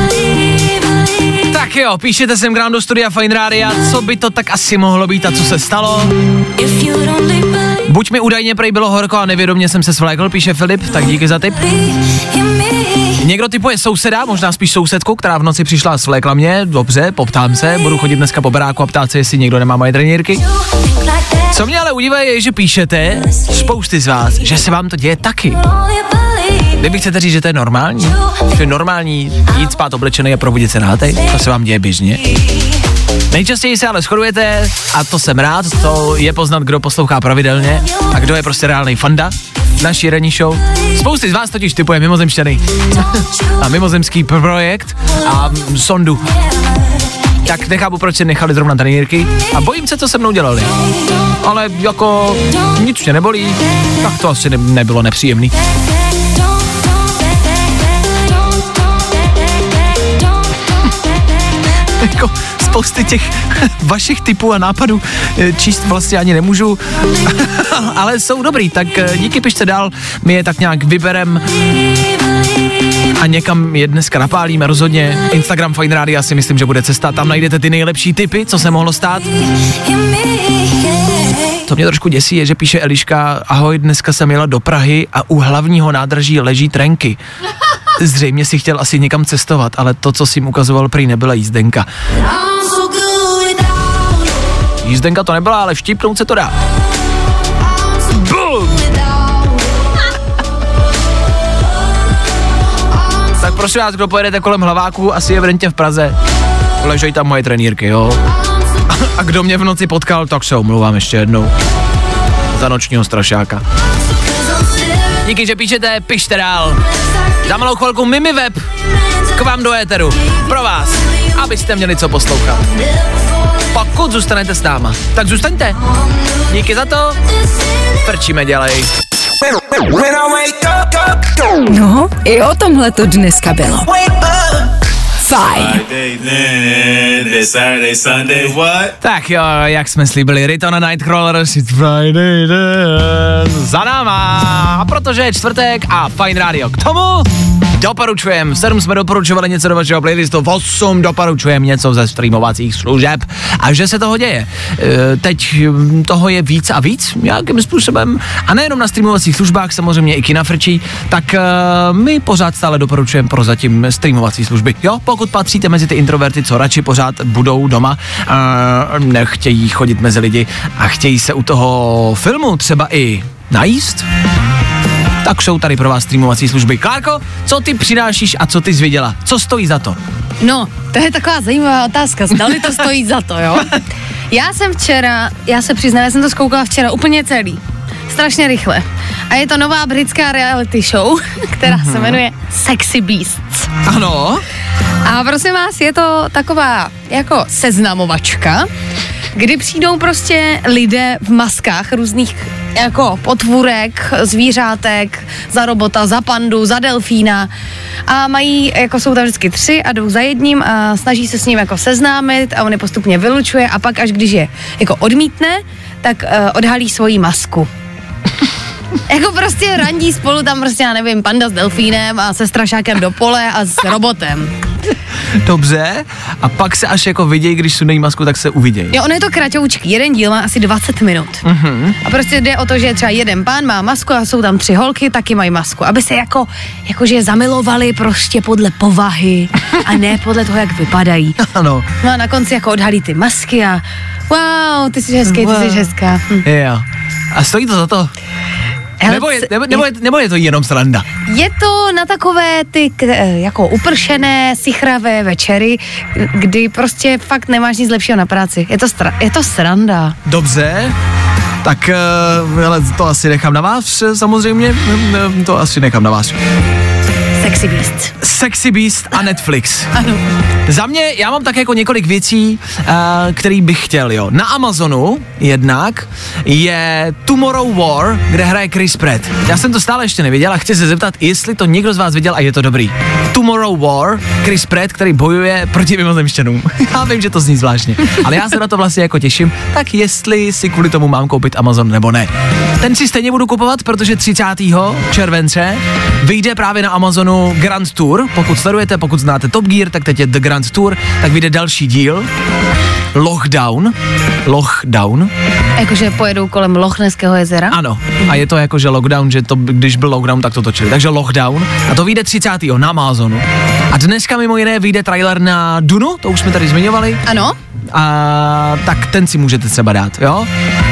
Tak jo, píšete sem k nám do studia Fajn rádia, co by to tak asi mohlo být a co se stalo. Buď mi údajně prej bylo horko a nevědomě jsem se svlékl, píše Filip, tak díky za tip. Někdo typuje souseda, možná spíš sousedku, která v noci přišla a svlékla mě, dobře, poptám se, budu chodit dneska po baráku a ptát se, jestli někdo nemá moje trenýrky. Co mě ale udívá je, že píšete, spousty z vás, že se vám to děje taky. Kdyby chcete říct, že to je normální, že je normální jít spát oblečený a probudit se nahatej, to se vám děje běžně. Nejčastěji se ale shodujete, a to jsem rád, to je poznat, kdo poslouchá pravidelně a kdo je prostě reálnej fanda naší ranní show. Spousty z vás totiž typuje mimozemšťany a mimozemský projekt a sondu. Tak nechápu, proč se nechali zrovna trenýrky a bojím se, co se mnou dělali. Ale jako nic mě nebolí, tak to asi nebylo nepříjemný. Jako spousty těch vašich typů a nápadů číst vlastně ani nemůžu, ale jsou dobrý, tak díky, pište dál, my je tak nějak vyberem a někam je dneska napálíme rozhodně. Instagram Fajn rádia si myslím, že bude cesta, tam najdete ty nejlepší tipy, co se mohlo stát. Co mě trošku děsí je, že píše Eliška, ahoj, dneska jsem jela do Prahy a u hlavního nádraží leží trenky. Zřejmě si chtěl asi někam cestovat, ale to, co jsi jim ukazoval, prý nebyla jízdenka. Jízdenka to nebyla, ale vštípnout se to dá. Boom! Tak prosím vás, kdo pojedete kolem Hlaváku, asi evidentně v Praze, ležejí tam moje trenýrky, jo. A kdo mě v noci potkal, tak se omlouvám ještě jednou. Za nočního strašáka. Díky, že píšete, pište dál. Za malou chvilku Mimi Web k vám do éteru. Pro vás, abyste měli co poslouchat. Pokud zůstanete s náma, tak zůstaňte. Díky za to. Frčíme, dělej. No, i o tomhle to dneska bylo. Fajn. Tak jo, jak jsme slíbili, Riton a Nightcrawlers, it's Friday then. Za náma. A protože je čtvrtek a Fajn rádio k tomu doporučujem. 7 jsme doporučovali něco do vašeho playlistu, 8 doporučujem něco ze streamovacích služeb. A že se toho děje. Teď toho je víc a víc, nějakým způsobem. A nejenom na streamovacích službách, samozřejmě i kina frčí, tak my pořád stále doporučujeme prozatím streamovací služby. Jo, pokud patříte mezi ty introverty, co radši pořád budou doma, nechtějí chodit mezi lidi a chtějí se u toho filmu třeba i najíst, tak jsou tady pro vás streamovací služby. Klárko, co ty přinášíš a co ty jsi viděla? Co stojí za to? No, to je taková zajímavá otázka, zdali to stojí za to, jo? Já se přiznám, já jsem to zkoukala včera úplně celý. Strašně rychle. A je to nová britská reality show, která se jmenuje Sexy Beasts. Ano. A prosím vás, je to taková jako seznamovačka, kdy přijdou prostě lidé v maskách různých jako potvůrek, zvířátek, za robota, za pandu, za delfína a mají, jako jsou tam vždycky 3 a jdou za jedním a snaží se s ním jako seznámit a on je postupně vylučuje a pak až když je jako odmítne, tak odhalí svoji masku. Jako prostě randí spolu tam prostě, já nevím, panda s delfínem a se strašákem do pole a s robotem. Dobře, a pak se až jako vidějí, když sundejí masku, tak se uvidějí. Jo, ono je to kratoučký, jeden díl má asi 20 minut. A prostě jde o to, že třeba jeden pán má masku a jsou tam 3 holky, taky mají masku, aby se jakože je zamilovali prostě podle povahy a ne podle toho, jak vypadají. Ano. No a na konci jako odhalí ty masky a wow, ty jsi hezký, ty jsi hezká. Jo. A stojí to za to? Hele, Nebo je to jenom sranda? Je to na takové ty jako upršené, sichravé večery, kdy prostě fakt nemáš nic lepšího na práci. Je to sranda. Dobře, tak ale to asi nechám na vás, samozřejmě, to asi nechám na vás. Sexy Beast. Sexy Beast a Netflix. Ano. Za mě, já mám tak jako několik věcí, který bych chtěl, jo. Na Amazonu jednak je Tomorrow War, kde hraje Chris Pratt. Já jsem to stále ještě neviděl a chci se zeptat, jestli to někdo z vás viděl a je to dobrý. Tomorrow War, Chris Pratt, který bojuje proti mimozemšťanům. Já vím, že to zní zvláštně, ale já se na to vlastně jako těším, tak jestli si kvůli tomu mám koupit Amazon nebo ne. Ten si stejně budu kupovat, protože 30. července vyjde právě na Amazonu Grand Tour. Pokud znáte Top Gear, tak teď je The Grand Tour, tak vyjde další díl. Lockdown. Jakože pojedou kolem Lochneského jezera? Ano. A je to jakože lockdown, že to, když byl lockdown, tak to točili. Takže Lockdown. A to vyjde 30. na Amazonu. A dneska mimo jiné vyjde trailer na Dunu, to už jsme tady zmiňovali. Ano. A tak ten si můžete třeba dát, jo?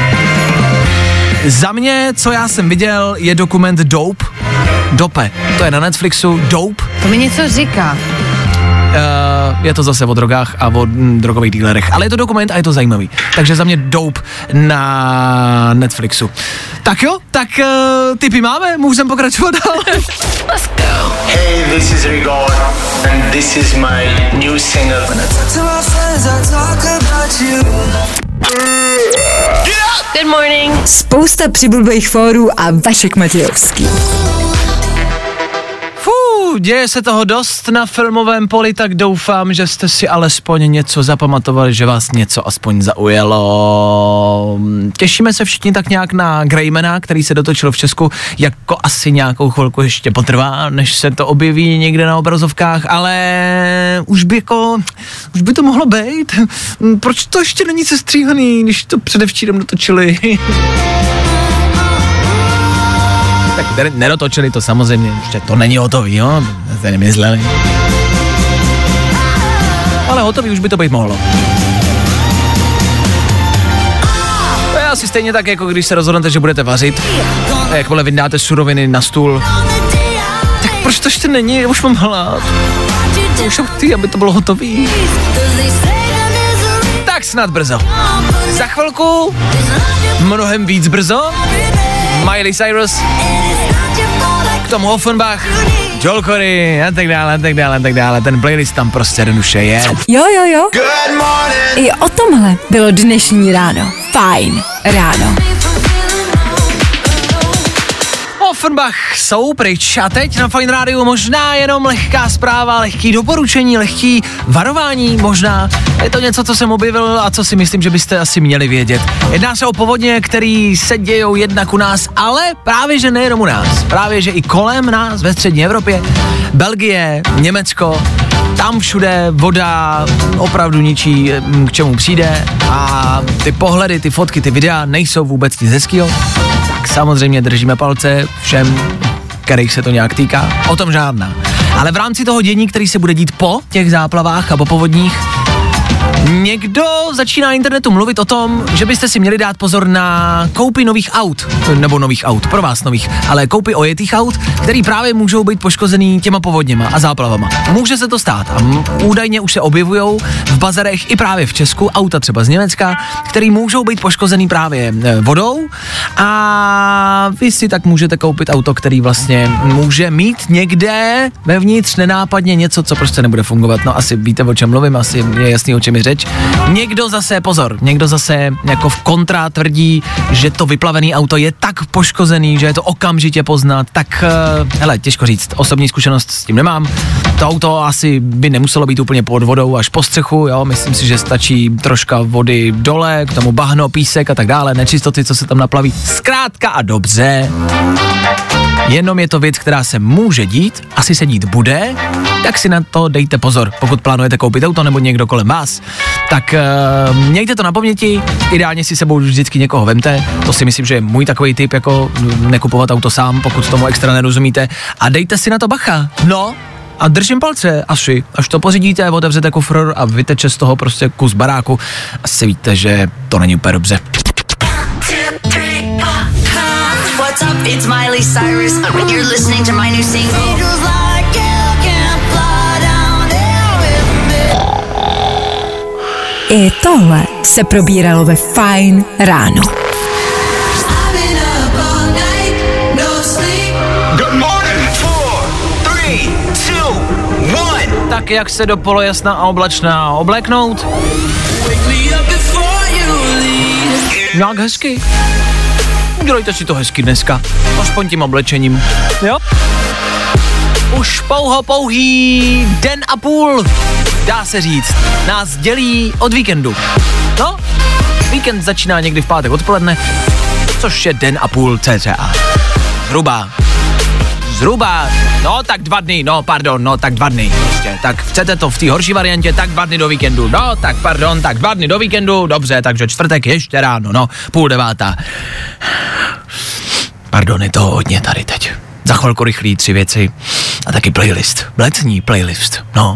Za mě, co já jsem viděl, je dokument Dope. To je na Netflixu, Dope. To mi něco říká. Je to zase o drogách a o drogových dealerech, ale je to dokument a je to zajímavý. Takže za mě Dope na Netflixu. Tak jo, tak tipy máme, můžeme pokračovat dál. Let's go. Hey, this is Rigor, and this is my new single. Good morning. Spousta přibulbých fórů a Vašek Matějovský. Děje se toho dost na filmovém poli, tak doufám, že jste si alespoň něco zapamatovali, že vás něco aspoň zaujalo. Těšíme se všichni tak nějak na Greymana, který se dotočil v Česku, jako asi nějakou chvilku ještě potrvá, než se to objeví někde na obrazovkách, ale už by to mohlo být. Proč to ještě není sestříhaný, když to předevčírem dotočili? Tak nedotočili to samozřejmě, ještě to není hotový, jo, jste nemysleli. Ale hotový už by to být mohlo. To je asi stejně tak, jako když se rozhodnete, že budete vařit a jakmile vydáte suroviny na stůl, tak proč to ještě není, už mám hlad. Už chci, aby to bylo hotový. Tak snad brzo. Za chvilku, mnohem víc brzo, Miley Cyrus tomu Offenbach, Joel Corey a tak dále. Ten playlist tam prostě jednoduše je. Jo. I o tomhle bylo dnešní ráno. Fajn ráno. Offenbach jsou pryč a teď na Fajn rádiu možná jenom lehká zpráva, lehký doporučení, lehký varování možná. Je to něco, co jsem objevil a co si myslím, že byste asi měli vědět. Jedná se o povodně, který se dějou jednak u nás, ale právě že nejenom u nás. Právě že i kolem nás ve střední Evropě, Belgie, Německo, tam všude voda opravdu ničí, k čemu přijde a ty pohledy, ty fotky, ty videa nejsou vůbec nic hezkýho. Tak samozřejmě držíme palce všem, kterých se to nějak týká, o tom žádná. Ale v rámci toho dění, který se bude dít po těch záplavách a po povodních, někdo začíná na internetu mluvit o tom, že byste si měli dát pozor na koupy nových aut, nebo nových aut, pro vás nových, ale koupy ojetých aut, který právě můžou být poškozený těma povodněma a záplavama. Může se to stát a údajně už se objevujou v bazarech i právě v Česku auta třeba z Německa, který můžou být poškozený právě vodou a vy si tak můžete koupit auto, který vlastně může mít někde vevnitř nenápadně něco, co prostě nebude fungovat. No asi víte, o čem mluvím, asi je jasný, o čem je řeč. Někdo zase jako v kontra tvrdí, že to vyplavené auto je tak poškozený, že je to okamžitě poznat, tak hele, těžko říct, osobní zkušenost s tím nemám. To auto asi by nemuselo být úplně pod vodou až po střechu, jo, myslím si, že stačí troška vody dole, k tomu bahno, písek a tak dále, nečistoty, co se tam naplaví. Zkrátka a dobře. Jenom je to věc, která se může dít, asi se dít bude, tak si na to dejte pozor, pokud plánujete koupit auto nebo někdo kolem vás. Tak mějte to na paměti, ideálně si sebou vždycky někoho vemte, to si myslím, že je můj takový tip, jako nekupovat auto sám, pokud tomu extra nerozumíte a dejte si na to bacha, no. A držím palce, až to pořídíte, otevřete kufr a vyteče z toho prostě kus baráku, asi víte, že to není úplně dobře. What's up? It's Miley Cyrus. You're listening to my new single. I tohle se probíralo ve Fajn ráno. Good morning. 4, 3, 2, 1. Tak jak se do polojasna a oblačna obléknout? Nějak hezky. Udělejte si to hezky dneska, aspoň tím oblečením, jo? Už pouhý den a půl, dá se říct, nás dělí od víkendu. No, víkend začíná někdy v pátek odpoledne, což je den a půl cca. Zhruba, no tak 2 dny, tak 2 dny prostě. Tak chcete to v té horší variantě, tak 2 dny do víkendu, tak 2 dny do víkendu, dobře, takže čtvrtek ještě ráno, 8:30. Pardon, je to hodně tady teď. Za chvilku rychlý 3 věci a taky playlist, letní playlist, no.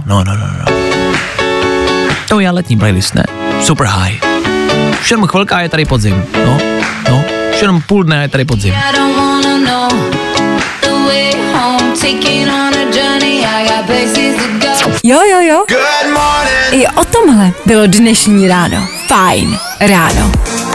To je letní playlist, ne? Super high. Už jenom chvilka je tady podzim, no. Už jenom půl dne je tady podzim. Jo. I o tomhle bylo dnešní ráno. Fajn ráno.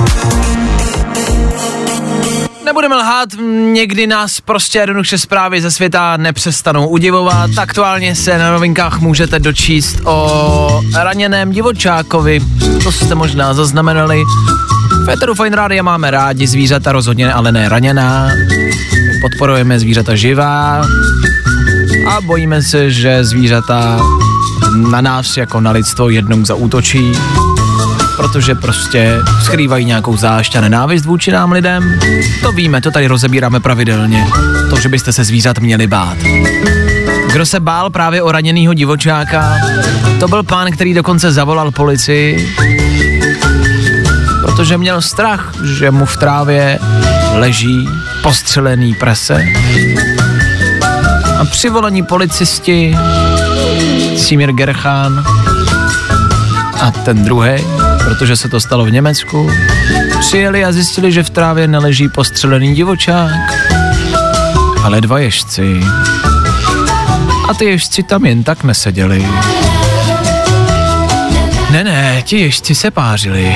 Nebudeme lhát, někdy nás prostě jednoduše zprávy ze světa nepřestanou udivovat. Aktuálně se na novinkách můžete dočíst o raněném divočákovi. To jste možná zaznamenali. V éteru Fajn rádia máme rádi zvířata, rozhodně ale ne raněná. Podporujeme zvířata živá a bojíme se, že zvířata na nás jako na lidstvo jednou zaútočí, protože prostě skrývají nějakou zášť a nenávist vůči nám lidem. To víme, to tady rozebíráme pravidelně. To, že byste se zvířat měli bát. Kdo se bál právě o raněnýho divočáka, to byl pán, který dokonce zavolal policii, protože měl strach, že mu v trávě leží postřelený prase. A přivolení policisti Simir Gerchan a ten druhý, protože se to stalo v Německu, přijeli a zjistili, že v trávě neleží postřelený divočák, ale 2 ježci. A ty ježci tam jen tak neseděli. Ne, ti ježci se pářili.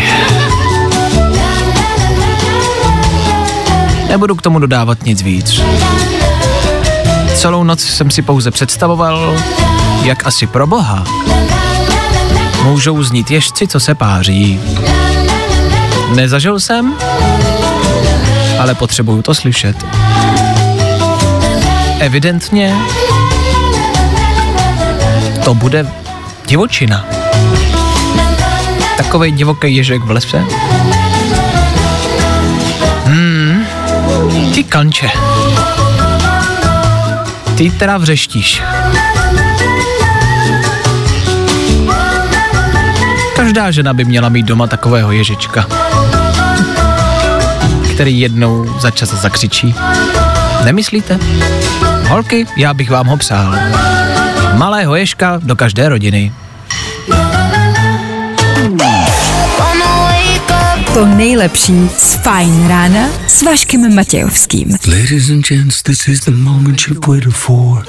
Nebudu k tomu dodávat nic víc. Celou noc jsem si pouze představoval, jak asi pro Boha můžou znít ježci, co se páří. Nezažil jsem, ale potřebuju to slyšet. Evidentně to bude divočina. Takovej divoký ježek v lese. Ty kanče. Ty teda vřeštíš. Každá žena by měla mít doma takového ježička, který jednou za čas zakřičí. Nemyslíte? Holky, já bych vám ho přál. Malého ježka do každé rodiny. To nejlepší z Fajn rána s Vaškem Matějovským. Ladies and gents, this is the moment you've waited for.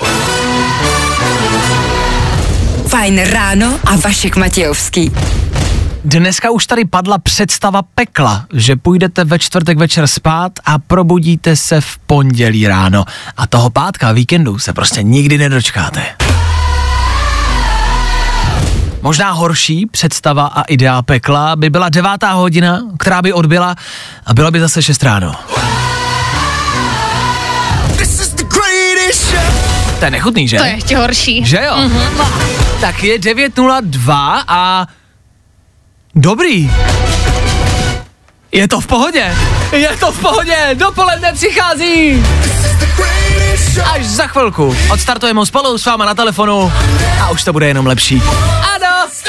Fajn ráno a Vašek Matějovský. Dneska už tady padla představa pekla, že půjdete ve čtvrtek večer spát a probudíte se v pondělí ráno. A toho pátka víkendu se prostě nikdy nedočkáte. Možná horší představa a idea pekla by byla 9. hodina, která by odbyla a bylo by zase 6 ráno. To je nechutný, že? To je ještě horší. Že jo? Mm-hmm. Tak je 9:02 a... Dobrý. Je to v pohodě. Je to v pohodě. Dopoledne přichází. Až za chvilku. Odstartujeme spolu s váma na telefonu a už to bude jenom lepší. Ano.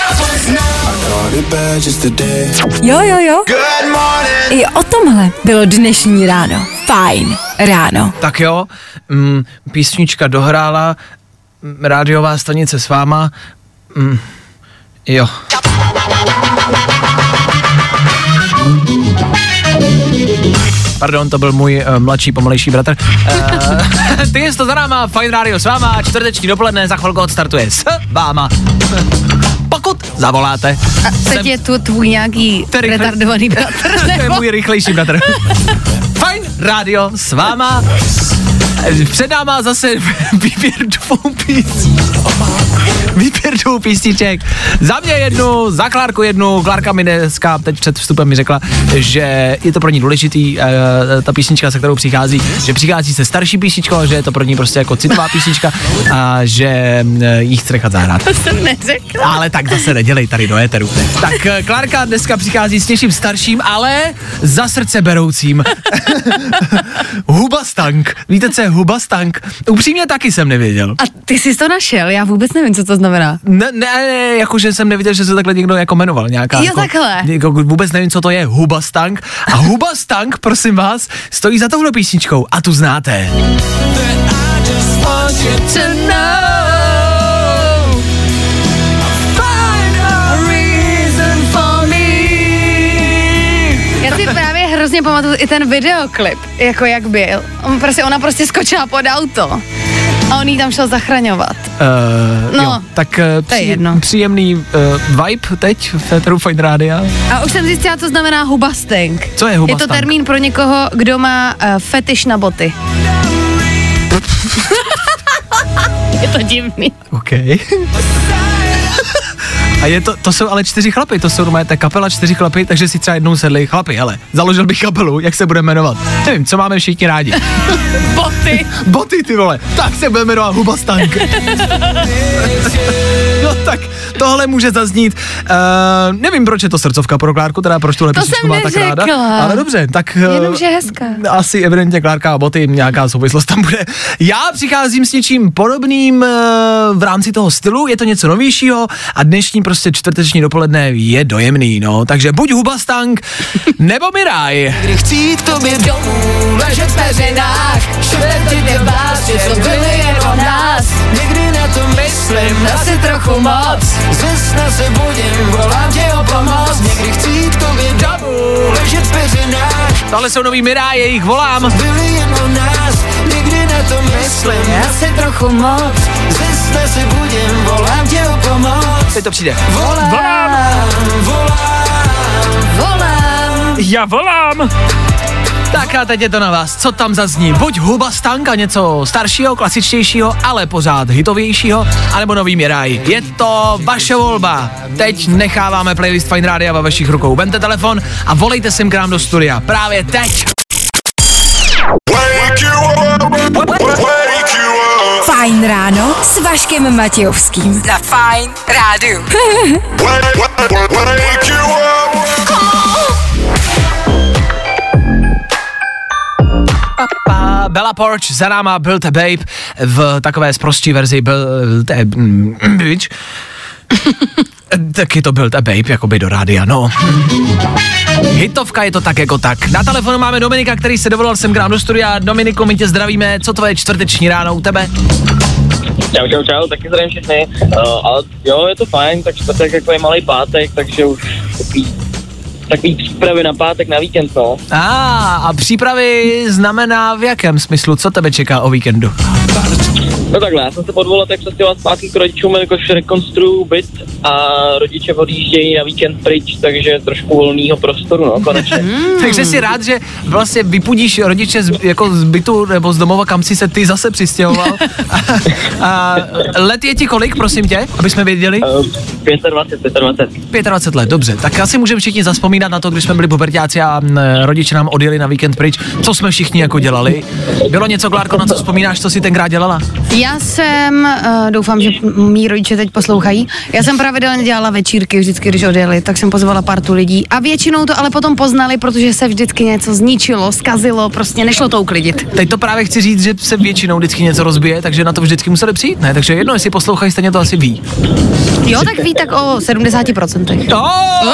Jo. I o tomhle bylo dnešní ráno. Fajn ráno. Tak jo, písnička dohrála, rádiová stanice s váma, jo. Pardon, to byl můj mladší, pomalejší bratr. Ty jsi to za náma, Fajn rádio s váma, čtvrteční dopoledne, za chvilku odstartuje s váma. Pokud zavoláte. A teď je tu tvůj nějaký retardovaný bratr. To je můj rychlejší bratr. Fajn rádio s váma. Před náma zase výběr dvou písniček. Za mě jednu, za Klárku jednu. Klárka mi dneska teď před vstupem mi řekla, že je to pro ní důležitý, ta písnička, se kterou přichází, že přichází se starší písničkou, že je to pro ní prostě jako citová písnička a že jí chce nechat zahrát. To jsem neřekla. Ale tak zase nedělej tady do éteru. Tak Klárka dneska přichází s něčím starším, ale za srdce beroucím. Hubastank. Víte, co je hubastank? Upřímně taky jsem nevěděl. A ty jsi to našel? Já vůbec nevím, co to znamená. Ne, jakože jsem nevěděl, že se takhle někdo jako jmenoval. Nějaká, jo, jako, takhle. Jako, vůbec nevím, co to je hubastank. A hubastank, prosím vás, stojí za touhle písničkou. A tu znáte. Já si právě hrozně pamatuju i ten videoklip, jako jak byl. Ona prostě skočila pod auto a on jí tam šel zachraňovat. Jo, tak příjemný vibe teď v éteru Fajn rádia. A už jsem zjistila, co znamená hubastank. Co je hubastank? Je to termín pro někoho, kdo má fetiš na boty. Je to divný. OK. A to jsou ale 4 chlapy, to jsou normálně ta kapela 4 chlapy, takže si třeba jednou sedli chlapy, hele, založil bych kapelu, jak se bude jmenovat? Nevím, co máme všichni rádi. Boty. Boty, ty vole, tak se bude jmenovat Hubastank. No tak, tohle může zaznít, nevím, proč je to srdcovka pro Klárku, teda proč tuhle písničku má tak ráda, ale dobře, tak... Jenomže hezká. Asi evidentně Klárka a boty, nějaká souvislost tam bude. Já přicházím s něčím podobným v rámci toho stylu, je to něco novějšího a dnešní prostě čtvrteční dopoledne je dojemný, no, takže buď Hubastank, nebo Miraj. Kdy chci jít k tobě domů, ležet v peřinách, čtvrtý debát, že to byly jen o nás. Někdy na to myslím, asi trochu moc, ze sna se budím, volám tě o pomoc. Někdy chci jít k tobě domů, ležet v peřinách. Tohle jsou nový Miraj, jejich volám. Byly jen o nás, někdy na to myslím, asi trochu moc, ze sna se budím, volám tě o pomoc. Teď to přijde. Volám. Já volám. Tak a teď je to na vás, co tam zazní. Buď Hubastang a něco staršího, klasičtějšího, ale pořád hitovějšího, anebo nový Miraj. Je to vaše volba. Teď necháváme playlist Fajn Rádia ve vašich rukou. Vemte telefon a volejte sem k nám do studia. Právě teď. Fajn ráno s Vaškem Matějovským. Na Fajn rádiu. Bella Poarch, za náma Built a Babe v takové sprostší verzi Built a Bitch. Taky to Built a Babe, jakoby do rádia, no. Hitovka je to tak jako tak. Na telefonu máme Dominika, který se dovolal sem k nám do studia. Dominiku, my tě zdravíme, co tvoje čtvrteční ráno u tebe? Čau, taky zdravím všechny. Ale jo, je to fajn, tak čtvrtek jako je malý pátek, takže už takový přípravy na pátek, na víkend, no. A přípravy znamená v jakém smyslu? Co tebe čeká o víkendu? No takhle, já jsem se po 2 letech přestěhoval zpátky k rodičům, jakož rekonstruuju byt a rodiče odjíždějí na víkend pryč, takže trošku volného prostoru, no, konečně. Takže jsi rád, že vlastně vypudíš rodiče z bytu nebo z domova, kam si se ty zase přistěhoval. A let je ti kolik, prosím tě, aby jsme věděli? 25 let, dobře. Tak asi můžeme všichni zavzpomínat na to, když jsme byli puberťáci a rodiče nám odjeli na víkend pryč. Co jsme všichni jako dělali? Bylo něco, Klárko, na co vzpomínáš, co jsi tenkrát dělala? Já jsem, doufám, že mý rodiče teď poslouchají, já jsem pravidelně dělala večírky vždycky, když odjeli, tak jsem pozvala partu lidí a většinou to ale potom poznali, protože se vždycky něco zničilo, zkazilo, prostě nešlo to uklidit. Teď to právě chci říct, že se většinou vždycky něco rozbije, takže na to vždycky museli přijít, ne? Takže jedno, jestli poslouchají, stejně to asi ví. Jo, tak ví tak o 70%.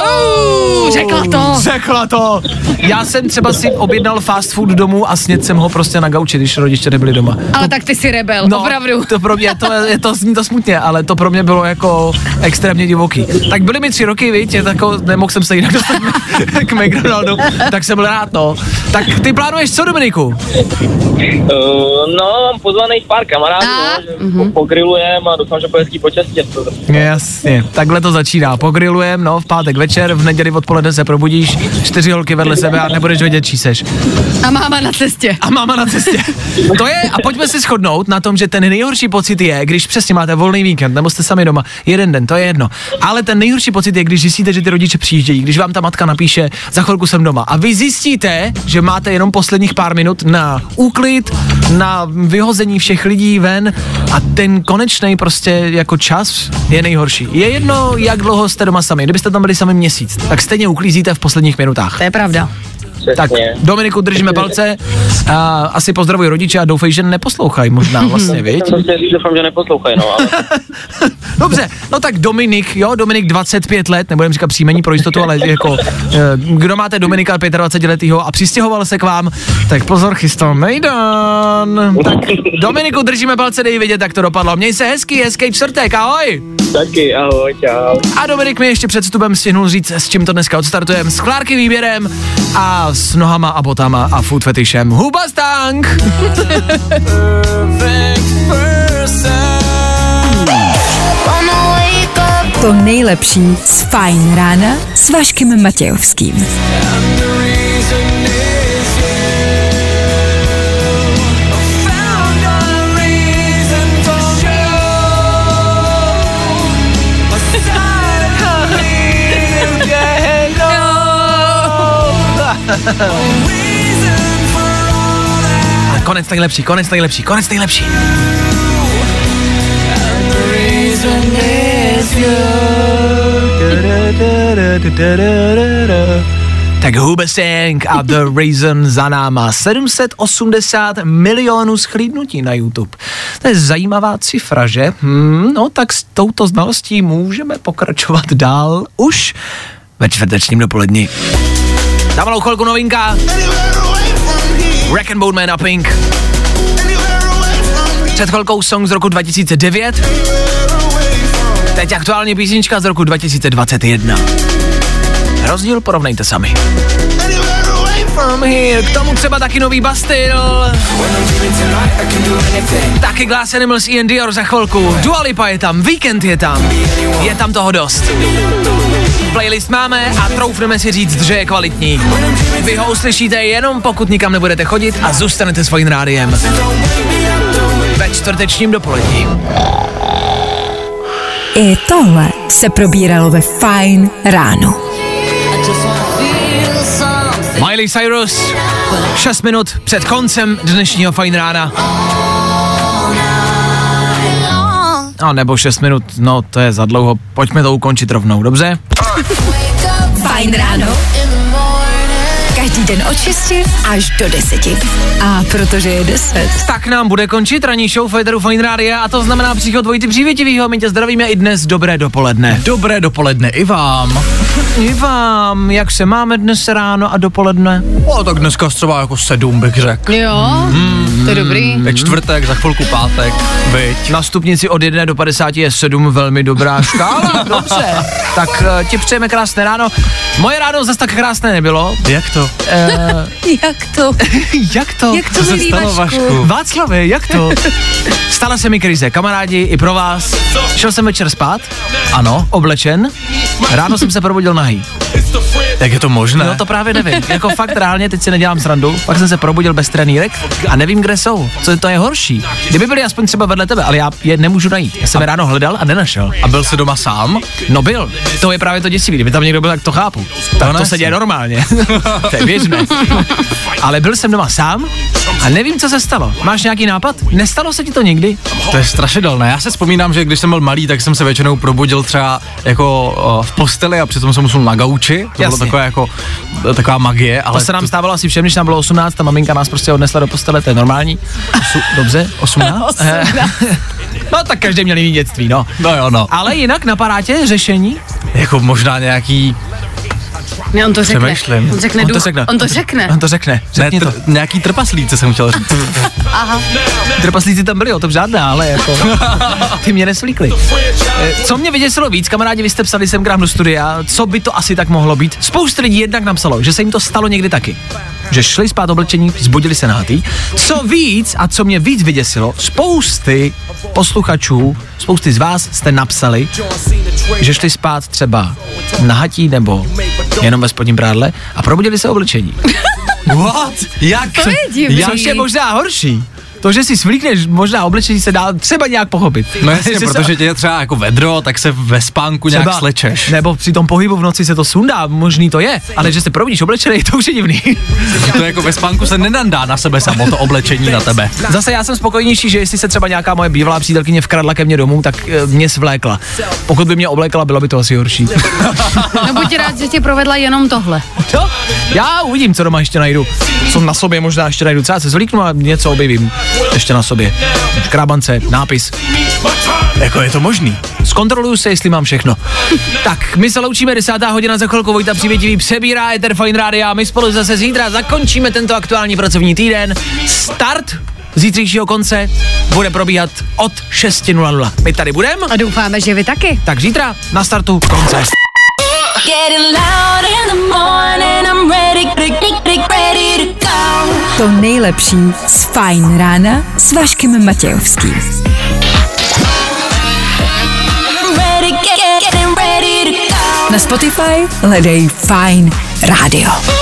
Řekla to! Já jsem třeba si objednal fast food domů a snědl jsem ho prostě na gauči, když rodiče nebyli doma. Ale tak ty jsi rebel, opravdu. To pro mě, zní to smutně, ale to pro mě bylo jako extrémně divoký. Tak byly mi 3 roky, viď, jako nemohl jsem se jinak dostat k McDonaldu, tak jsem byl rád, no. Tak ty plánuješ co, Dominiku? No, mám pozvaných pár kamarádů, že pogrilujeme a doufám, že bude hezký počasí. Jasně, takhle to začíná. Pogrilujeme, no, v pátek večer, v neděli odpoledne se probudíš, 4 holky vedle sebe a nebudeš vědět, čí seš. A máma na cestě. To je, a pojďme si shodnout na tom, že ten nejhorší pocit je, když přesně máte volný víkend, nebo jste sami doma, jeden den, to je jedno. Ale ten nejhorší pocit je, když zjistíte, že ty rodiče přijíždějí, když vám ta matka napíše, za chvilku jsem doma. A vy zjistíte, že máte jenom posledních pár minut na úklid, na vyhození všech lidí ven a ten konečný prostě jako čas je nejhorší. Je jedno, jak dlouho jste doma sami. Kdybyste tam byli sami měsíc, tak stejně uklízíte v posledních minutách. To je pravda. Tak, Dominiku, držíme palce a asi pozdravuj rodiče a doufej, že neposlouchají možná vlastně, viď? Doufám, že neposlouchají, no, ale... Dobře, no tak Dominik 25 let, nebudem říkat příjmení pro jistotu, ale jako, kdo máte Dominika 25letýho a přistěhoval se k vám, tak pozor, chystám mejdan. Tak Dominiku, držíme palce, dej vidět, jak to dopadlo. Měj se hezký čtvrtek, ahoj! Taky, ahoj, čau. A Dominik mi ještě před vstupem stihnul říct, s čím to dneska odstartujeme. S Klárky výběrem a s nohama a botama a food fetišem. Hubastang! To nejlepší z Fajn rána s Vaškem Matějovským. A konec nejlepší. Tak Hubastang a The Reason za náma. 780 milionů shlédnutí na YouTube. To je zajímavá cifra, že? No tak s touto znalostí můžeme pokračovat dál už ve čtvrtečním dopoledni. Za malou chvilku novinka. Wreck and Bone Man a Pink. Před chvilkou song z roku 2009. Teď aktuálně písnička z roku 2021. Rozdíl porovnejte sami. K tomu třeba taky nový Bastille. Taky Glass Animals, Ian Dior za chvilku. Dua Lipa je tam, Weekend je tam. Je tam toho dost. Playlist máme a troufneme si říct, že je kvalitní. Vy ho uslyšíte jenom pokud nikam nebudete chodit a zůstanete s Fajn rádiem. Ve čtvrtečním dopolední. I tohle se probíralo ve Fajn ráno. Miley Cyrus, 6 minut před koncem dnešního Fajn rána. No, nebo 6 minut, no to je za dlouho, pojďme to ukončit rovnou, dobře? Fajn ráno. Každý den od 6 až do 10. A protože je 10. Tak nám bude končit ranní show Fajteru Fajn rádia a to znamená příchod Vojty Přívětivýho. My tě zdravíme i dnes, dobré dopoledne. Dobré dopoledne i vám. I vám, jak se máme dnes ráno a dopoledne? Tak dneska třeba jako 7 bych řekl. Jo, to je dobrý. Je čtvrtek, za chvilku pátek, viď. Na stupnici od 1 do 50 je 7, velmi dobrá škála, dobře. Tak ti přejeme krásné ráno. Moje ráno zase tak krásné nebylo. Jak to? Jak to? Jak to? Jak to, milý Vašku? Václave, jak to? Stala se mi krize, kamarádi, i pro vás. Šel jsem večer spát, ano, oblečen, ráno jsem se probudil nahý. Jak je to možné? No to právě nevím, jako fakt reálně, teď si nedělám srandu, pak jsem se probudil bez trenýrek a nevím, kde jsou, co to je horší. Kdyby byli aspoň třeba vedle tebe, ale já je nemůžu najít. Já jsem je ráno hledal a nenašel. A byl jsi doma sám? No byl, to je právě to děsivý, kdyby tam někdo byl, tak to chápu. Tak to se děje normálně, to je běžné. Ale byl jsem doma sám a nevím, co se stalo. Máš nějaký nápad? Nestalo se ti to nikdy? To je strašidelné. Já se vzpomínám, že když jsem byl malý, tak jsem se většinou probudil třeba jako v posteli a přitom jsem musel na gauči. To bylo takové jako taková magie. Ale to se nám stávalo asi všem, když nám bylo 18, ta maminka nás prostě odnesla do postele, to je normální. Dobře, 18? No tak každý měl jiný dětství, no. No jo, no. Ale jinak napadá tě řešení? Jako možná nějaký... Ne, on to řekne. Přemýšlím. On řekne. On to řekne. Řekni to. Nějaký trpaslíci jsem chtěl říct. Aha. Trpaslíci tam byli, o tom žádná, ale jako ty mě nesvlíkli. Co mě vyděsilo víc, kamarádi, vy jste psali sem k nám do studia, co by to asi tak mohlo být. Spousta lidí jednak napsalo, že se jim to stalo někdy taky. Že šli spát oblečení, zbudili se nahatý. Co víc a co mě víc vyděsilo, spousty posluchačů, spousty z vás jste napsali, že šli spát třeba nahatí nebo jenom ve spodním prádle a probudili se oblečení. What? Jak? To je divný. Což je možná horší. To, že si svlíkneš možná oblečení, se dá třeba nějak pochopit. No jasně, protože tě je třeba jako vedro, tak se ve spánku třeba nějak slečeš. Nebo při tom pohybu v noci se to sundá, možný to je, ale že se probudíš oblečený, to už je divný. To jako ve spánku se nenandá na sebe samo to oblečení na tebe. Zase já jsem spokojenější, že jestli se třeba nějaká moje bývalá přítelkyně vkradla ke mně domů, tak mě svlékla. Pokud by mě oblékla, bylo by to asi horší. No buď rád, že tě provedla jenom tohle. Co? Já uvidím, co doma ještě najdu. Co na sobě možná ještě najdu. Třeba se zvlíknu a něco objevím. Ještě na sobě. Škrábance, nápis. Jako je to možný. Zkontroluju se, jestli mám všechno. Tak, my se loučíme, 10. hodina za chvilku, Vojta Přívětivý přebírá Éter Fajn rádia a my spolu zase zítra zakončíme tento aktuální pracovní týden. Start zítřejšího konce bude probíhat od 6:00. My tady budeme. A doufáme, že vy taky. Tak zítra na startu konce. To nejlepší z Fajn rána s Vaškem Matějovským. Na Spotify hledej Fajn rádio.